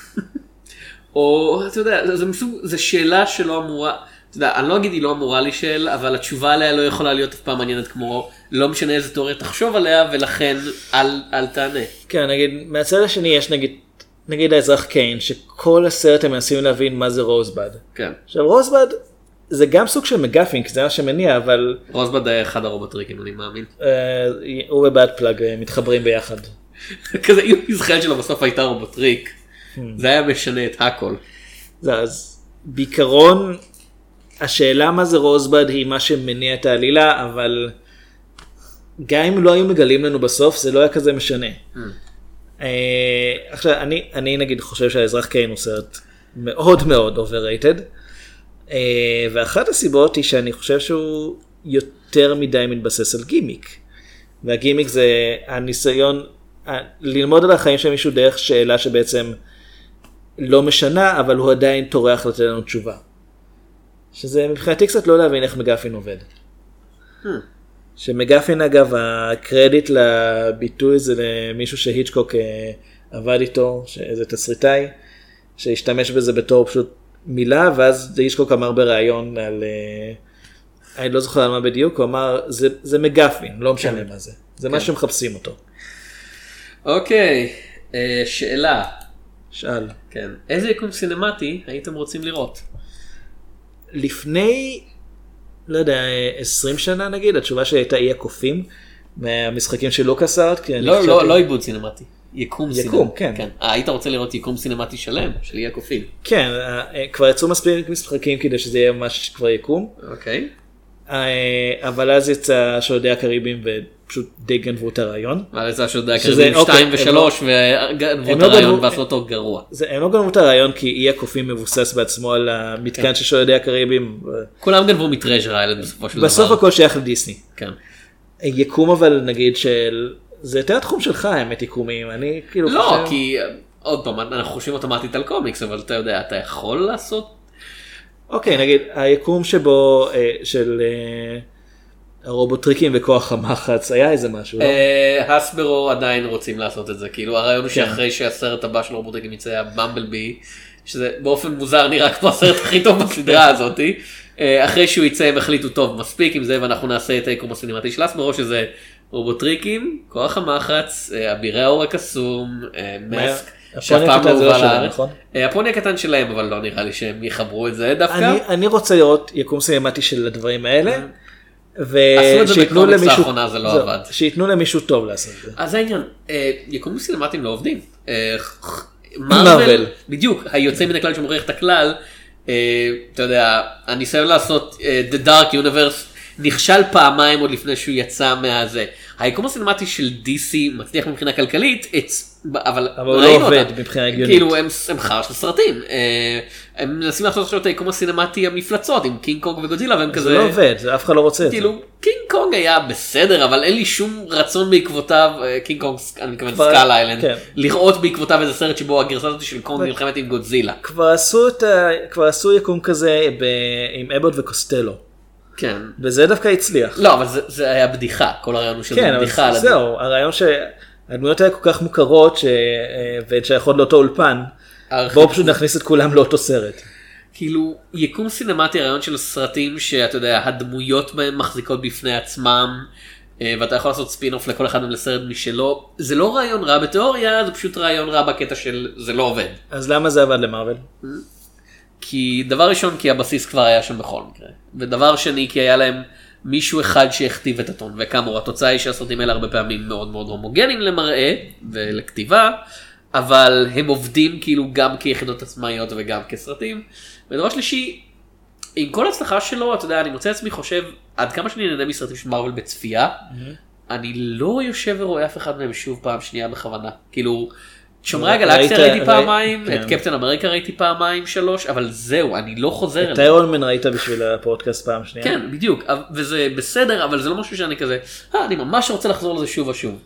או אתה יודע, זה שאלה שלא אמורה, אתה יודע, אני לא אגיד היא לא אמורה להישאל, אבל התשובה עליה לא יכולה להיות אף פעם מעניינת כמו לא משנה איזה תיאוריה תחשוב עליה, ולכן אל תענה. כן, נגיד, מהצד השני יש נגיד האזרח קיין, שכל הסרט הם מנסים להבין מה זה רוזבד. כן. עכשיו רוזבד זה גם סוג של מגפין, כי זה מה שמניע, אבל... רוזבד היה אחד הרובוטריקים, אני מאמין. הוא ובאד פלאג מתחברים ביחד. כזה, אם ישראל שלו בסוף הייתה רובוטריק, זה היה משנה את הכל. אז בעיקרון, השאלה מה זה רוזבד היא מה שמניע את העלילה, אבל גם אם לא היו מגלים לנו בסוף, זה לא היה כזה משנה. עכשיו, אני נגיד חושב שהאזרח קיין הוא סרט מאוד מאוד overrated, ואחת הסיבות היא שאני חושב שהוא יותר מדי מתבסס על גימיק, והגימיק זה הניסיון ללמוד על החיים של מישהו דרך שאלה שבעצם לא משנה, אבל הוא עדיין טורח לתת לנו תשובה. שזה מבחינתי קצת לא להבין איך מגפין עובד. שמגפין אגב, הקרדיט לביטוי זה למישהו שהיצ'קוק עבד איתו, איזה תסריטאי, שהשתמש בזה בתור פשוט מילה, ואז היצ'קוק אמר בראיון על, אני לא זוכר על מה בדיוק, הוא אמר, זה מגפין, לא משנה מה זה. זה מה שמחפשים אותו. אוקיי, שאלה. שאל. כן. איזה יקום סינמטי הייתם רוצים לראות? לפני, לא יודע, 20 שנה נגיד, התשובה שלי הייתה אי הקופים, מהמשחקים של לוקאס ארט. לא עיבוד סינמטי, יקום סינמטי. יקום, כן. היית רוצה לראות יקום סינמטי שלם, של אי הקופים? כן, כבר יצאו מספיק משחקים כדי שזה יהיה ממש כבר יקום. אוקיי. אבל אז יצא שודדי הקריבים ופשוט די גנבו את הרעיון. אבל יצא שודדי הקריבים 2 ו3 וגנבו את הרעיון ועשו אותו גרוע. הם לא גנבו את הרעיון כי אי הקופים מבוסס בעצמו על המתקן של שודדי הקריבים. כולם גנבו מטרז'ר איילנד בסופו של דבר. בסוף הכל שייך לדיסני. כן. יקום אבל נגיד של... זה יותר התחום שלך האמת יקומים. אני כאילו חושב... לא, כי עוד פעם אנחנו חושבים אוטומטית על קומיקס, אבל אתה יודע, אתה יכול לעשות... אוקיי, נגיד, היקום שבו, של הרובוטריקים וכוח המחץ, היה איזה משהו, לא? הסברו עדיין רוצים לעשות את זה, כאילו הרעיון הוא שאחרי שהסרט הבא של הרובוטריקים יצא במבלבי, שזה באופן מוזר נראה כמו הסרט הכי טוב בסדרה הזאת, אחרי שהוא יצא הם החליטו טוב מספיק עם זה, ואנחנו נעשה את היקום הסינמטי של הסברו, שזה רובוטריקים, כוח המחץ, אבירי האור הקסום, מסק, שהפעם לא הובא לארץ. הפוני הקטן שלהם, אבל לא נראה לי שהם יחברו את זה דווקא. אני רוצה לראות יקום סינמטי של הדברים האלה. עשו את זה בקומיקס לאחרונה, זה לא עבד. שיתנו למישהו טוב לעשות את זה. אז העניין, יקומים סינמטיים לא עובדים. מרוול, בדיוק, היוצא מן הכלל שמוכיח את הכלל, אתה יודע, הניסיון לעשות The Dark Universe נכשל פעמיים עוד לפני שהוא יצא מהזה. היקום הסינמטי של DC מצליח מבחינה כלכלית, אבל הוא לא עובד מבחינה הגיונית. כאילו הם חר של סרטים. הם מנסים לעשות עכשיו את היקום הסינמטי המפלצות עם קינג קונג וגודזילה והם כזה. זה לא עובד, אף אחד לא רוצה את זה. כאילו קינג קונג היה בסדר, אבל אין לי שום רצון בעקבותיו, קינג קונג, אני מתכוון סקאל איילנד, לראות בעקבותיו איזה סרט שבו הגרסה הזאת של קונג נלחמת עם גודזילה. כבר עשו יקום כזה עם אבוט וקוסטלו. כן. וזה דווקא הצליח. לא, אבל זה היה בדיחה, כל הרעיון הוא שזה בדיחה. כן, זהו, הרעיון שהדמויות האלה כל כך מוכרות, ושייכות לאותו אולפן, בואו פשוט נכניס את כולם לאותו סרט. כאילו, יקום סינמטי, הרעיון של סרטים שאתה יודע, הדמויות בהם מחזיקות בפני עצמם, ואתה יכול לעשות ספין-אוף לכל אחד לסרט משלו, זה לא רעיון רע בתיאוריה, זה פשוט רעיון רע בקטע של זה לא עובד. אז למה זה עבד למרוול? כי דבר ראשון, כי הבסיס כבר היה שם בכל מקרה. ודבר שני, כי היה להם מישהו אחד שהכתיב את הטון. וכאמור, התוצאה היא שהסרטים האלה הרבה פעמים מאוד מאוד הומוגנים למראה ולכתיבה, אבל הם עובדים כאילו גם כיחידות עצמאיות וגם כסרטים. ודבר שלישי, עם כל הצלחה שלו, אתה יודע, אני מוצא עצמי חושב, עד כמה שאני נהנה מסרטים של מרוול בצפייה, אני לא יושב ורואה אף אחד מהם שוב פעם שנייה בכוונה. כאילו, שומרי הגלקסיה ראיתי פעמיים, את קפטן אמריקה ראיתי פעמיים 3, אבל זהו, אני לא חוזר אליו. את איירון מן ראית בשביל הפודקאסט פעם שנייה? כן, בדיוק, וזה בסדר, אבל זה לא משהו שאני כזה, אני ממש רוצה לחזור לזה שוב ושוב.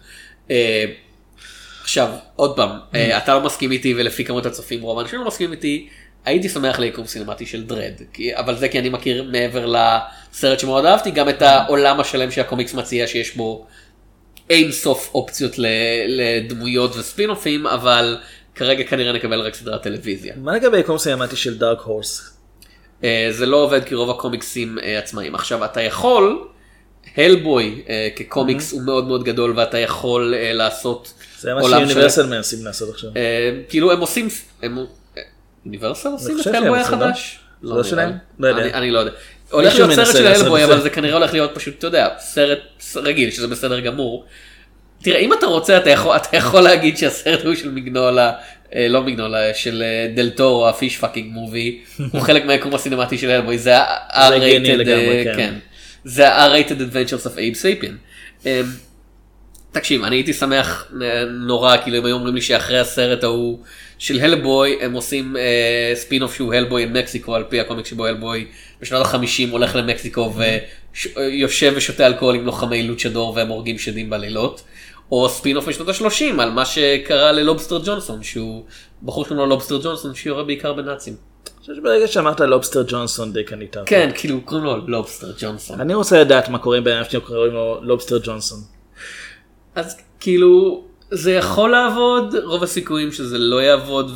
עכשיו, עוד פעם, אתה לא מסכים איתי, ולפי כמות הצופים רוב האנשים לא מסכים איתי, הייתי שמח ליקום סינמטי של דרד, אבל זה כי אני מכיר מעבר לסרט שמאוד אהבתי, גם את העולם השלם שהקומיקס מציע שיש בו אין סוף אופציות לדמויות וספינופים, אבל כרגע כנראה נקבל רק סדרת טלוויזיה. מה לגבי יקום סינמטי של דארק הורס? זה לא עובד כי רוב הקומיקסים עצמאיים. עכשיו אתה יכול, הלבוי כקומיקס הוא מאוד מאוד גדול ואתה יכול לעשות זה מה שיוניברסל מנסים לעשות עכשיו. כאילו הם עושים, יוניברסל עושים את הלבוי החדש? לא שלהם? אני לא יודע. הולך להיות סרט של הלבוי, אבל זה כנראה הולך להיות פשוט, אתה יודע, סרט רגיל, שזה בסדר גמור. תראה, אם אתה רוצה, אתה יכול להגיד שהסרט הוא של מגנולה, לא מגנולה, של דל טורו, הפיש פאקינג מובי, הוא חלק מהיקום הסינמטי של הלבוי, זה ה-R-rated, כן. זה ה-R-rated Adventures of Abe Sapien. תקשיב, אני הייתי שמח נורא, כאילו הם היו אומרים לי שאחרי הסרט ההוא של הלבוי, הם עושים ספין-אוף שהוא הלבוי עם מקסיקו, על פי הקומיק שבו הלבוי בשנות ה-50 הולך למקסיקו ויושב ושותה אלכוהול עם לוחמי לוצ'דור והם הורגים שדים בלילות, או ספין-אוף משנות ה-30 על מה שקרה ללובסטר ג'ונסון, שהוא בחור שקוראים לו לובסטר ג'ונסון שיורה בעיקר בנאצים. אני חושב שברגע שאמרת לובסטר ג'ונסון די קנית. כן, כאילו קוראים לו לובסטר ג'ונסון. אני רוצה לדעת מה קורה בין אנשים שקוראים לו לובסטר ג'ונסון. אז כאילו זה יכול לעבוד, רוב הסיכויים שזה לא יעבוד,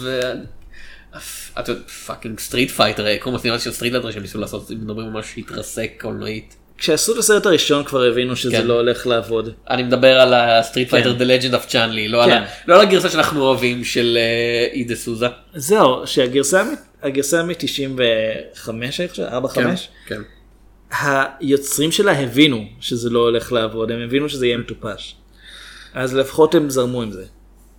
אתה יודע, פאקינג סטריט פייטר, כמו סנימטי של סטריט פייטר שהם ניסו לעשות, אם מדברים ממש שהתרסק קולנועית. כשעשו את הסרט הראשון כבר הבינו שזה לא הולך לעבוד. אני מדבר על הסטריט פייטר The Legend of Chun-Li, לא על הגרסה שאנחנו אוהבים של אידה סוזה. זהו, שהגרסה מ-95, אני חושב, 4-5, היוצרים שלה הבינו שזה לא הולך לעבוד, הם הבינו שזה יהיה מטופש. אז לפחות הם זרמו עם זה.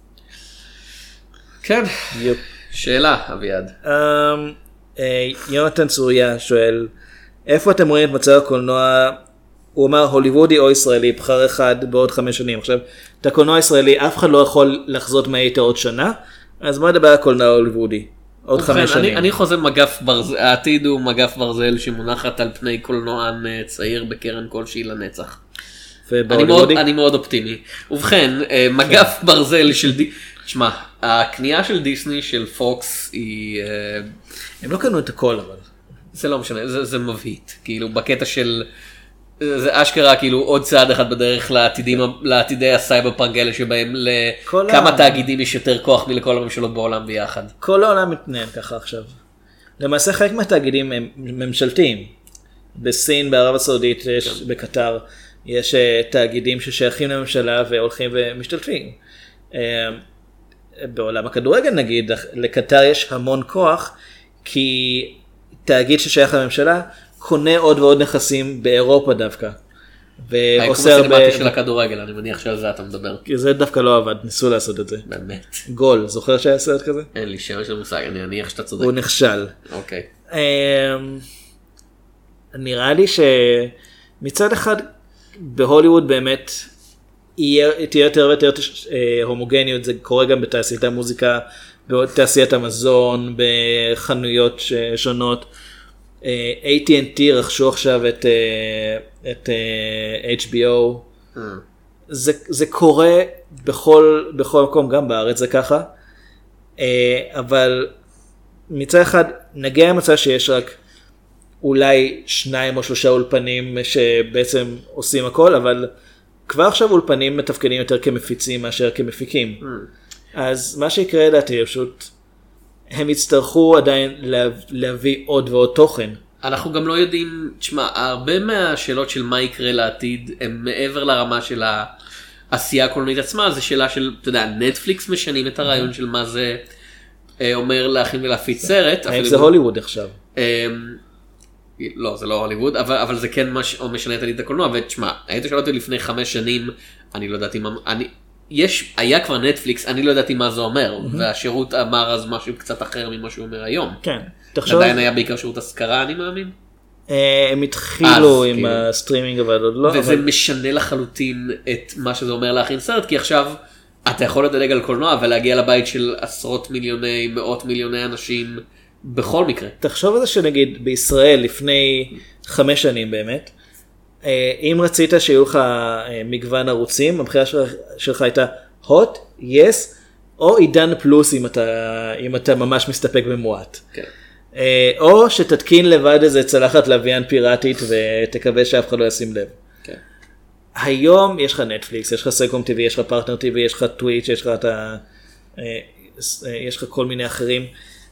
כן, שאלה אביעד. יונתן צוריה שואל, איפה אתם רואים את מצב הקולנוע, הוא אמר הוליוודי או ישראלי, בחר אחד בעוד 5 שנים. עכשיו, את הקולנוע הישראלי אף אחד לא יכול לחזות מה היית עוד שנה, אז מה דבר הקולנוע ההוליוודי? עוד 5 שנים. אני חוזר מגף ברזל, העתיד הוא מגף ברזל שמונחת על פני קולנוען צעיר בקרן כלשהי לנצח. אני מאוד אופטימי. ובכן, מגף ברזל של תשמע, הקנייה של דיסני של פוקס היא הם לא קנו את הכל אבל זה לא משנה, זה מבהית, כאילו בקטע של זה אשכרה כאילו עוד צעד אחד בדרך לעתידי הסייבר פאנק האלה שבהם לכמה תאגידים יש יותר כוח מלכל הממשלות בעולם ביחד. כל העולם מתנהל ככה עכשיו. למעשה חלק מהתאגידים הם ממשלתיים. בסין, בערב הסעודית, בקטר, יש תאגידים ששייכים לממשלה והולכים ומשתתפים. בעולם הכדורגל נגיד, לקטר יש המון כוח, כי תאגיד ששייך לממשלה קונה עוד ועוד נכסים באירופה דווקא. ועושה הרבה... של הכדורגל, אני מניח שעל זה אתה מדבר. כי זה דווקא לא עבד, ניסו לעשות את זה. באמת. גול, זוכר שהיה סרט כזה? אין לי שם של מושג, אני אניח שאתה צודק. הוא נכשל. אוקיי. נראה לי שמצד אחד בהוליווד באמת תהיה יותר ויותר הומוגניות, זה קורה גם בתעשיית המוזיקה, בתעשיית המזון, בחנויות שונות. AT&T רכשו עכשיו את HBO. זה קורה בכל מקום, גם בארץ זה ככה. אבל מצד אחד נגיע למצב שיש רק אולי 2 או 3 אולפנים שבעצם עושים הכל, אבל כבר עכשיו אולפנים מתפקדים יותר כמפיצים מאשר כמפיקים. אז מה שיקרה לדעתי פשוט הם יצטרכו עדיין להביא עוד ועוד תוכן. אנחנו גם לא יודעים, תשמע, הרבה מהשאלות של מה יקרה לעתיד הם מעבר לרמה של העשייה הקולנועית עצמה, זה שאלה של, אתה יודע, נטפליקס משנים את הרעיון של מה זה אומר להכין ולהפיץ סרט. האם זה הוליווד עכשיו? לא, זה לא הוליווד, אבל זה כן משנה את עתיד הקולנוע, ותשמע, היית שואל אותי לפני 5 שנים, אני לא ידעתי מה, היה כבר נטפליקס, אני לא ידעתי מה זה אומר, והשירות אמר אז משהו קצת אחר ממה שהוא אומר היום. כן. עדיין היה בעיקר שירות השכרה, אני מאמין. הם התחילו עם הסטרימינג, אבל עוד לא. וזה משנה לחלוטין את מה שזה אומר להכין סרט, כי עכשיו אתה יכול לדלג על קולנוע ולהגיע לבית של עשרות מיליוני, מאות מיליוני אנשים בכל מקרה. תחשוב על זה שנגיד בישראל לפני 5 שנים באמת, אם רצית שיהיו לך מגוון ערוצים, הבחירה שלך הייתה hot, yes, או עידן פלוס אם אתה ממש מסתפק במועט. כן. או שתתקין לבד איזה צלחת לוויין פיראטית ותקווה שאף אחד לא ישים לב. כן. היום יש לך נטפליקס, יש לך סלקום TV, יש לך פרטנר TV, יש לך טוויץ', יש לך כל מיני אחרים.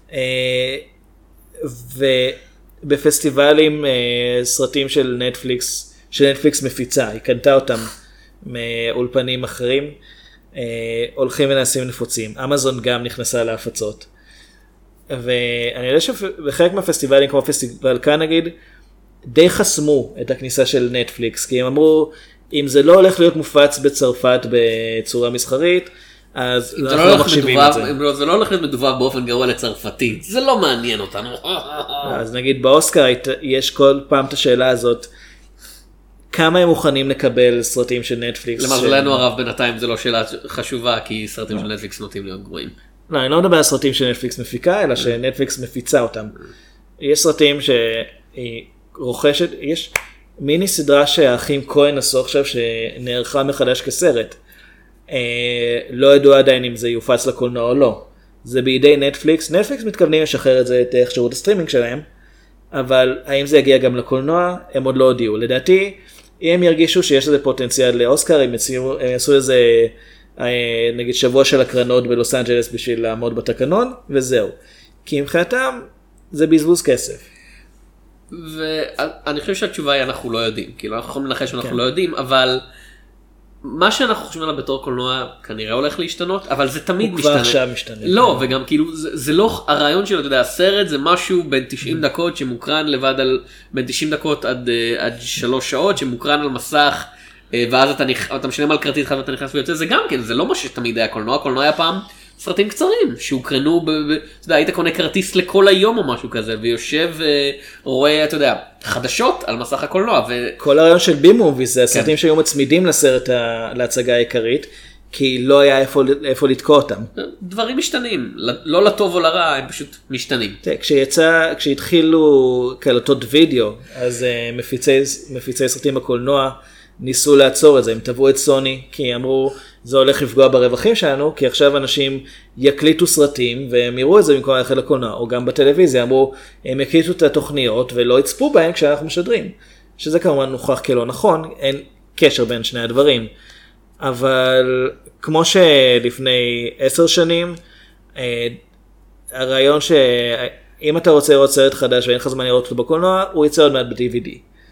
ובפסטיבלים סרטים של נטפליקס מפיצה, היא קנתה אותם מאולפנים אחרים, הולכים ונעשים נפוצים. אמזון גם נכנסה להפצות. ואני יודע שבחלק מהפסטיבלים, כמו פסטיבל כאן נגיד, די חסמו את הכניסה של נטפליקס, כי הם אמרו, אם זה לא הולך להיות מופץ בצרפת בצורה מסחרית, אז אנחנו לא מחשיבים את זה. אם זה לא הולך להיות מדובר באופן גרוע לצרפתית, זה לא מעניין אותנו. אז נגיד באוסקר יש כל פעם את השאלה הזאת, כמה הם מוכנים לקבל סרטים של נטפליקס? למזלנו הרב בינתיים זה לא שאלה חשובה, כי סרטים של נטפליקס נוטים להיות גרועים. לא, אני לא מדבר על סרטים שנטפליקס מפיקה, אלא שנטפליקס מפיצה אותם. יש סרטים שהיא רוכשת, יש מיני סדרה שהאחים כהן עשו עכשיו שנערכה מחדש כסרט. לא ידוע עדיין אם זה יופץ לקולנוע או לא. זה בידי נטפליקס. נטפליקס מתכוונים לשחרר את זה דרך שירות הסטרימינג שלהם, אבל האם זה יגיע גם לקולנוע, הם עוד לא הודיעו. לדעתי, אם הם ירגישו שיש לזה פוטנציאל לאוסקר, הם יעשו איזה נגיד שבוע של הקרנות בלוס אנג'לס בשביל לעמוד בתקנון, וזהו. כי מבחינתם זה בזבוז כסף. ואני חושב שהתשובה היא אנחנו לא יודעים, כאילו אנחנו יכולים לנחש שאנחנו לא יודעים, אבל מה שאנחנו חושבים עליו בתור קולנוע כנראה הולך להשתנות, אבל זה תמיד משתנה. הוא כבר עכשיו משתנה. לא, וגם כאילו זה לא הרעיון שלו, אתה יודע, הסרט זה משהו בין 90 דקות שמוקרן לבד בין 90 דקות עד 3 שעות שמוקרן על מסך, ואז אתה משלם על כרטיס אחד ואתה נכנס ויוצא, זה גם כן, זה לא מה שתמיד היה קולנוע, קולנוע היה פעם סרטים קצרים שהוקרנו, אתה יודע, היית קונה כרטיס לכל היום או משהו כזה, ויושב ורואה, אתה יודע, חדשות על מסך הקולנוע. כל הרעיון של בי-מובי זה הסרטים שהיו מצמידים לסרט, להצגה העיקרית, כי לא היה איפה לתקוע אותם. דברים משתנים, לא לטוב או לרע, הם פשוט משתנים. כשהתחילו קלטות וידאו, אז מפיצי סרטים בקולנוע ניסו לעצור את זה, הם תבעו את סוני, כי אמרו, זה הולך לפגוע ברווחים שלנו, כי עכשיו אנשים יקליטו סרטים, והם יראו את זה במקום ללכת לקולנוע, או גם בטלוויזיה, אמרו, הם יקליטו את התוכניות, ולא יצפו בהם כשאנחנו משדרים. שזה כמובן נוכח כלא נכון, אין קשר בין שני הדברים. אבל כמו שלפני 10 שנים, הרעיון שאם אתה רוצה לראות סרט חדש, ואין לך זמן לראות אותו בקולנוע, הוא יצא עוד מעט ב-DVD.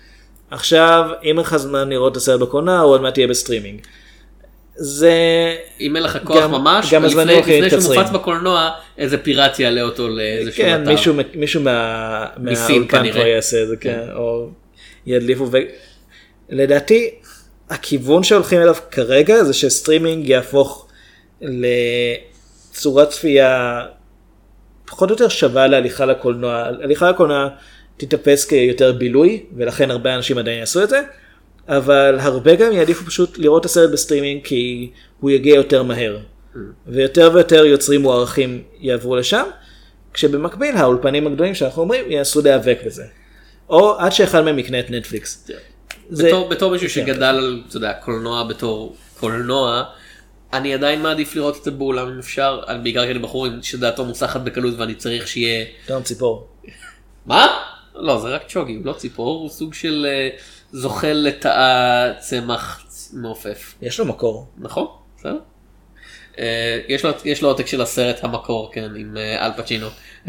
עכשיו, אם אין לך זמן לראות את הסרט בקולנוע, הוא עוד מעט תהיה בסטרימינג. זה... אם אין לך כוח ממש, לפני שהוא מופץ בקולנוע, איזה פיראט יעלה אותו לאיזשהו אתר. כן, מישהו מהאולפן כבר יעשה את זה, כן, או ידליפו. לדעתי, הכיוון שהולכים אליו כרגע, זה שסטרימינג יהפוך לצורת צפייה פחות או יותר שווה להליכה לקולנוע. הליכה לקולנוע תתאפס כיותר בילוי, ולכן הרבה אנשים עדיין יעשו את זה, אבל הרבה גם יעדיפו פשוט לראות את הסרט בסטרימינג, כי הוא יגיע יותר מהר. ויותר ויותר יוצרים מוערכים יעברו לשם, כשבמקביל האולפנים הגדולים שאנחנו אומרים יעשו להיאבק בזה. או עד שאחד מהם יקנה את נטפליקס. בתור מישהו שגדל על, אתה יודע, קולנוע בתור קולנוע, אני עדיין מעדיף לראות את זה באולם אם אפשר, בעיקר כאלה בחורים שדעתו מוסחת בקלות ואני צריך שיהיה... גם ציפור. מה? לא, זה רק צ'וגי, הוא לא ציפור, הוא סוג של זוחל לתאה צמח מעופף. יש לו מקור. נכון, בסדר. יש לו עותק של הסרט המקור, כן, עם אל פצ'ינו.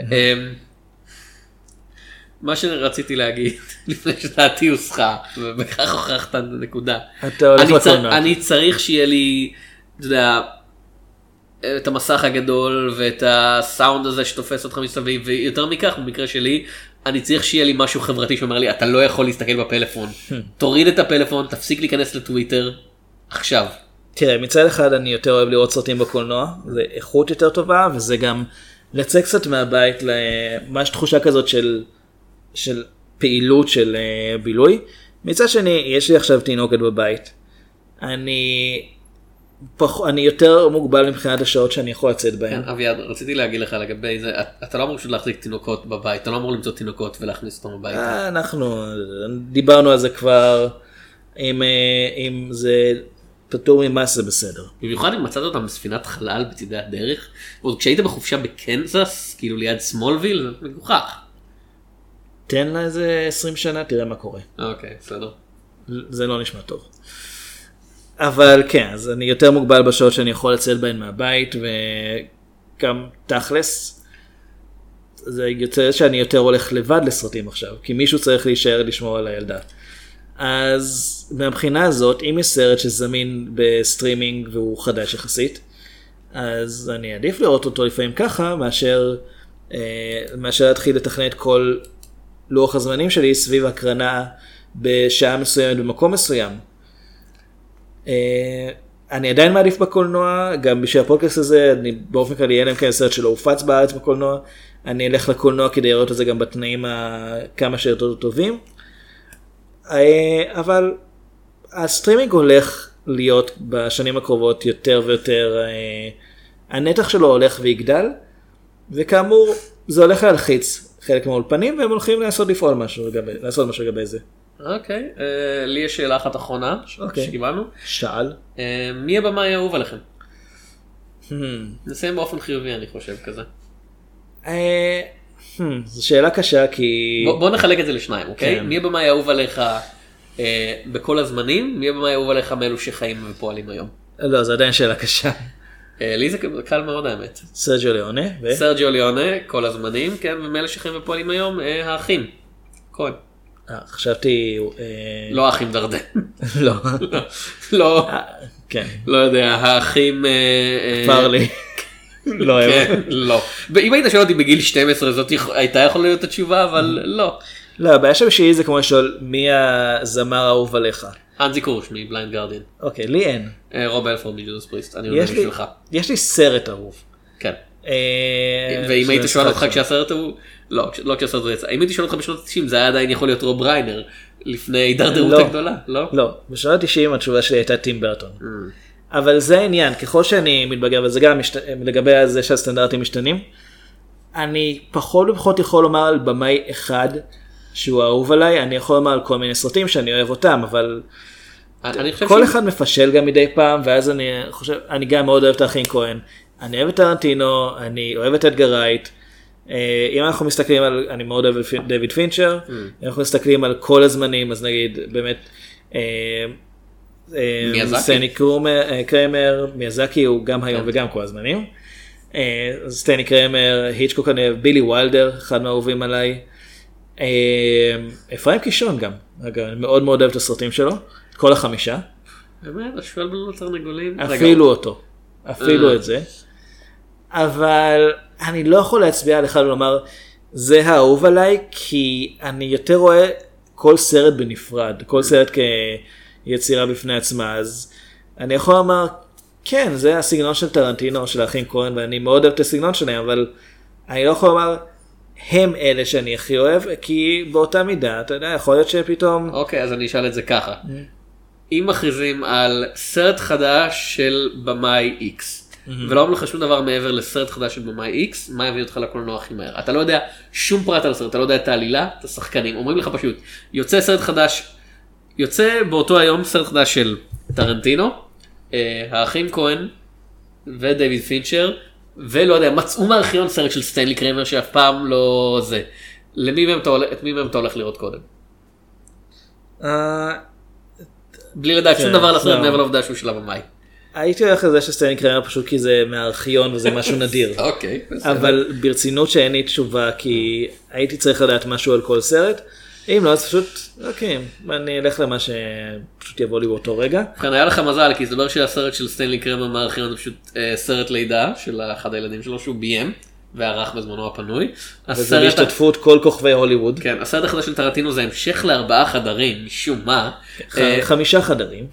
מה שרציתי לפני שדעתי הוסחה, ובכך הוכחת את הנקודה. אני צריך שיהיה לי, אתה יודע, את המסך הגדול ואת הסאונד הזה שתופס אותך מסביב, ויותר מכך, במקרה שלי, אני צריך שיהיה לי משהו חברתי שאומר לי, אתה לא יכול להסתכל בפלאפון. תוריד את הפלאפון, תפסיק להיכנס לטוויטר, עכשיו. תראה, מצד אחד אני יותר אוהב לראות סרטים בקולנוע, זה איכות יותר טובה, וזה גם לצא קצת מהבית למש תחושה כזאת של פעילות של בילוי. מצד שני, יש לי עכשיו תינוקת בבית. אני יותר מוגבל מבחינת השעות שאני יכול לצאת בהן. אביעד, רציתי להגיד לך לגבי זה, אתה לא אמור פשוט להחזיק תינוקות בבית, אתה לא אמור למצוא תינוקות ולהכניס אותם בבית. אנחנו דיברנו על זה כבר, אם זה פטור ממס זה בסדר. במיוחד אם מצאת אותם בספינת חלל בצדי הדרך, ועוד כשהיית בחופשה בקנזס, כאילו ליד סמולוויל, זה מגוחך. תן לה איזה 20 שנה, תראה מה קורה. אוקיי, בסדר. זה לא נשמע טוב. אבל כן, אז אני יותר מוגבל בשעות שאני יכול לצאת בהן מהבית, וגם תכלס, זה יוצא שאני יותר הולך לבד לסרטים עכשיו, כי מישהו צריך להישאר לשמור על הילדה. אז מהבחינה הזאת, אם יש סרט שזמין בסטרימינג והוא חדש יחסית, אז אני עדיף לראות אותו לפעמים ככה, מאשר להתחיל לתכנן את כל לוח הזמנים שלי סביב הקרנה בשעה מסוימת במקום מסוים. אני עדיין מעדיף בקולנוע, גם בשביל הפודקאסט הזה, אני באופן כללי יהיה להם כאלה סרט שלא הופץ בארץ בקולנוע, אני אלך לקולנוע כדי לראות את זה גם בתנאים כמה שיותר טובים. אבל הסטרימינג הולך להיות בשנים הקרובות יותר ויותר, הנתח שלו הולך ויגדל, וכאמור זה הולך להלחיץ חלק מהאולפנים, והם הולכים לעשות משהו לגבי זה. אוקיי, לי יש שאלה אחת אחרונה שקיבלנו. שאל. מי הבמאי האהוב עליכם? נסיים באופן חיובי אני חושב כזה. זו שאלה קשה כי... בוא נחלק את זה לשניים, אוקיי? מי הבמאי האהוב עליך בכל הזמנים? מי הבמאי האהוב עליך מאלו שחיים ופועלים היום? לא, זו עדיין שאלה קשה. לי זה קל מאוד האמת. סרג'יו ליאונה. סרג'יו ליאונה, כל הזמנים, כן, ומאלה שחיים ופועלים היום, האחים. כהן. חשבתי... לא האחים דרדן. לא. לא. כן. לא יודע, האחים... פרלי. לא. לא. ואם היית שואל אותי בגיל 12 זאת הייתה יכולה להיות התשובה, אבל לא. לא, הבעיה שבשבילי זה כמו לשאול מי הזמר האהוב עליך. אנזי קורש מבליינד גרדיאן. אוקיי, לי אין. רוב אלפורד מג'ודס פריסט, אני עונה בשבילך. יש לי סרט אהוב. כן. ואם היית שואל אותך כשהסרט הוא, לא כשהסרט הוא יצא, אם הייתי שואל אותך בשנות ה-90 זה היה עדיין יכול להיות רוב ריינר, לפני הידרדרות הגדולה, לא? לא, בשנות ה-90 התשובה שלי הייתה טים ברטון. אבל זה העניין, ככל שאני מתבגר, וזה גם לגבי זה שהסטנדרטים משתנים, אני פחות ופחות יכול לומר על במאי אחד שהוא אהוב עליי, אני יכול לומר על כל מיני סרטים שאני אוהב אותם, אבל כל אחד מפשל גם מדי פעם, ואז אני חושב, אני גם מאוד אוהב את האחים כהן, אני אוהב את טרנטינו, אני אוהב את אדגר רייט, אם אנחנו מסתכלים על, אני מאוד אוהב את דויד פינצ'ר, אם אנחנו מסתכלים על כל הזמנים, אז נגיד באמת, סטני קרמר, מיאזקי הוא גם היום וגם כל הזמנים, סטני קרמר, היצ'קוק אני אוהב, בילי וילדר, אחד מהאהובים עליי, אפרים קישון גם, אגב, אני מאוד מאוד אוהב את הסרטים שלו, כל 5. באמת, השואל בלו תרנגולים. אפילו אותו, אפילו את זה. אבל אני לא יכול להצביע על אחד ולומר, זה האהוב עליי, כי אני יותר רואה כל סרט בנפרד, כל סרט כיצירה בפני עצמה, אז אני יכול לומר, כן, זה הסגנון של טרנטינו, של האחים כהן, ואני מאוד אוהב את הסגנון שלהם, אבל אני לא יכול לומר, הם אלה שאני הכי אוהב, כי באותה מידה, אתה יודע, יכול להיות שפתאום... אוקיי, אז אני אשאל את זה ככה. אם מכריזים על סרט חדש של במאי X, ולא אומר לך שום דבר מעבר לסרט חדש של במאי X, מה יביא אותך לקולנוע הכי מהר? אתה לא יודע שום פרט על הסרט, אתה לא יודע את העלילה, את השחקנים, אומרים לך פשוט, יוצא סרט חדש, יוצא באותו היום סרט חדש של טרנטינו, האחים כהן ודייוויד פינצ'ר, ולא יודע, מצאו מארכיון סרט של סטנלי קרמר שאף פעם לא זה. למי מהם אתה הולך לראות קודם? בלי לדעת שום דבר לסרט מעבר לעובדה שהוא של הבמאי. הייתי הולך לזה שסטנלי קרמר פשוט כי זה מהארכיון וזה משהו נדיר. אוקיי. אבל ברצינות שאין לי תשובה כי הייתי צריך לדעת משהו על כל סרט. אם לא, אז פשוט, אוקיי, אני אלך למה שפשוט יבוא לי באותו רגע. כאן היה לך מזל, כי זה דבר שהסרט של סטנלי קרמר מהארכיון זה פשוט סרט לידה של אחד הילדים שלו שהוא ביים, וערך בזמנו הפנוי. וזה בהשתתפות כל כוכבי הוליווד. כן, הסרט החדש של טרנטינו זה המשך ל4 חדרים, משום מה. 5 חדרים.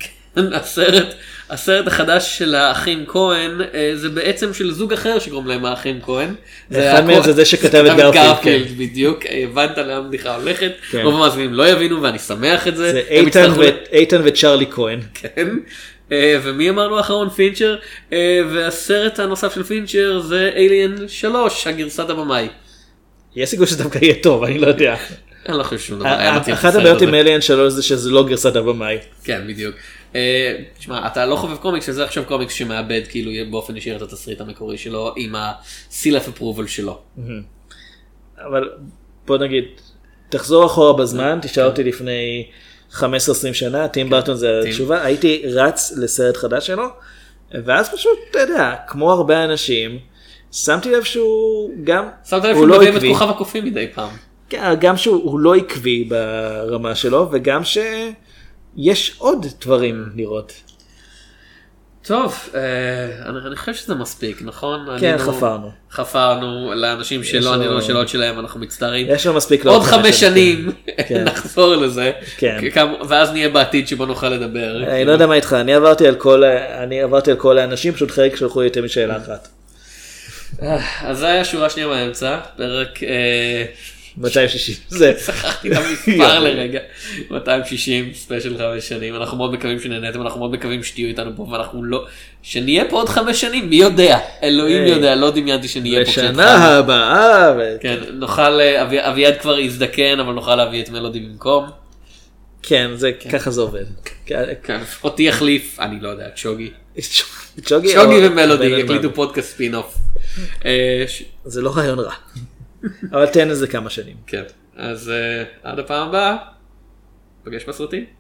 הסרט החדש של האחים כהן זה בעצם של זוג אחר שקוראים להם האחים כהן. אחד מהם זה שכתב את גרפילד. בדיוק, הבנת לאן הבדיחה הולכת. רוב המאזינים לא יבינו ואני שמח את זה. זה איתן וצ'רלי כהן. כן. ומי אמרנו האחרון? פינצ'ר. והסרט הנוסף של פינצ'ר זה Alien 3, הגרסת הבמאי. יש סיכוי שדווקא יהיה טוב, אני לא יודע. אני לא חושב שום דבר. אחת הבעיות עם Alien 3 זה שזה לא גרסת הבמאי. כן, בדיוק. תשמע, אתה לא חובב קומיקס, שזה עכשיו קומיקס שמאבד כאילו באופן ישיר את התסריט המקורי שלו עם ה-seal of approval שלו. אבל בוא נגיד, תחזור אחורה בזמן, תשאל אותי לפני 15-20 שנה, טים ברטון זה התשובה, הייתי רץ לסרט חדש שלו, ואז פשוט, אתה יודע, כמו הרבה אנשים, שמתי לב שהוא גם, שמת לב שהוא מביים את כוכב הקופים מדי פעם. גם שהוא לא עקבי ברמה שלו, וגם שיש עוד דברים לראות. טוב, אני חושב שזה מספיק, נכון? כן, חפרנו לאנשים שלא ענינו לשאלות שלהם, אנחנו מצטערים. יש לנו מספיק עוד 5 שנים נחזור לזה, ואז נהיה בעתיד שבו נוכל לדבר. אני לא יודע מה איתך, אני עברתי על כל האנשים, פשוט חלק שלחו לי יותר משאלה אחת. אז זה היה שורה שנייה מהאמצע, פרק 260. שכחתי למספר לרגע. 260, ספיישל 5 שנים. אנחנו מאוד מקווים שנהנתם, אנחנו מאוד מקווים שתהיו איתנו פה, ואנחנו לא... שנהיה פה עוד 5 שנים, מי יודע? אלוהים יודע, לא דמיינתי שנהיה פה כשהתחלנו. בשנה הבאה. כן, נוכל, אביעד כבר יזדקן, אבל נוכל להביא את מלודי במקום. כן, ככה זה עובד. כן, אותי יחליף, אני לא יודע, צ'וגי. צ'וגי ומלודי, יקליטו פודקאסט ספין-אוף. זה לא רעיון רע. אבל תן לזה כמה שנים. כן, אז עד הפעם הבאה, פגש בסרטים.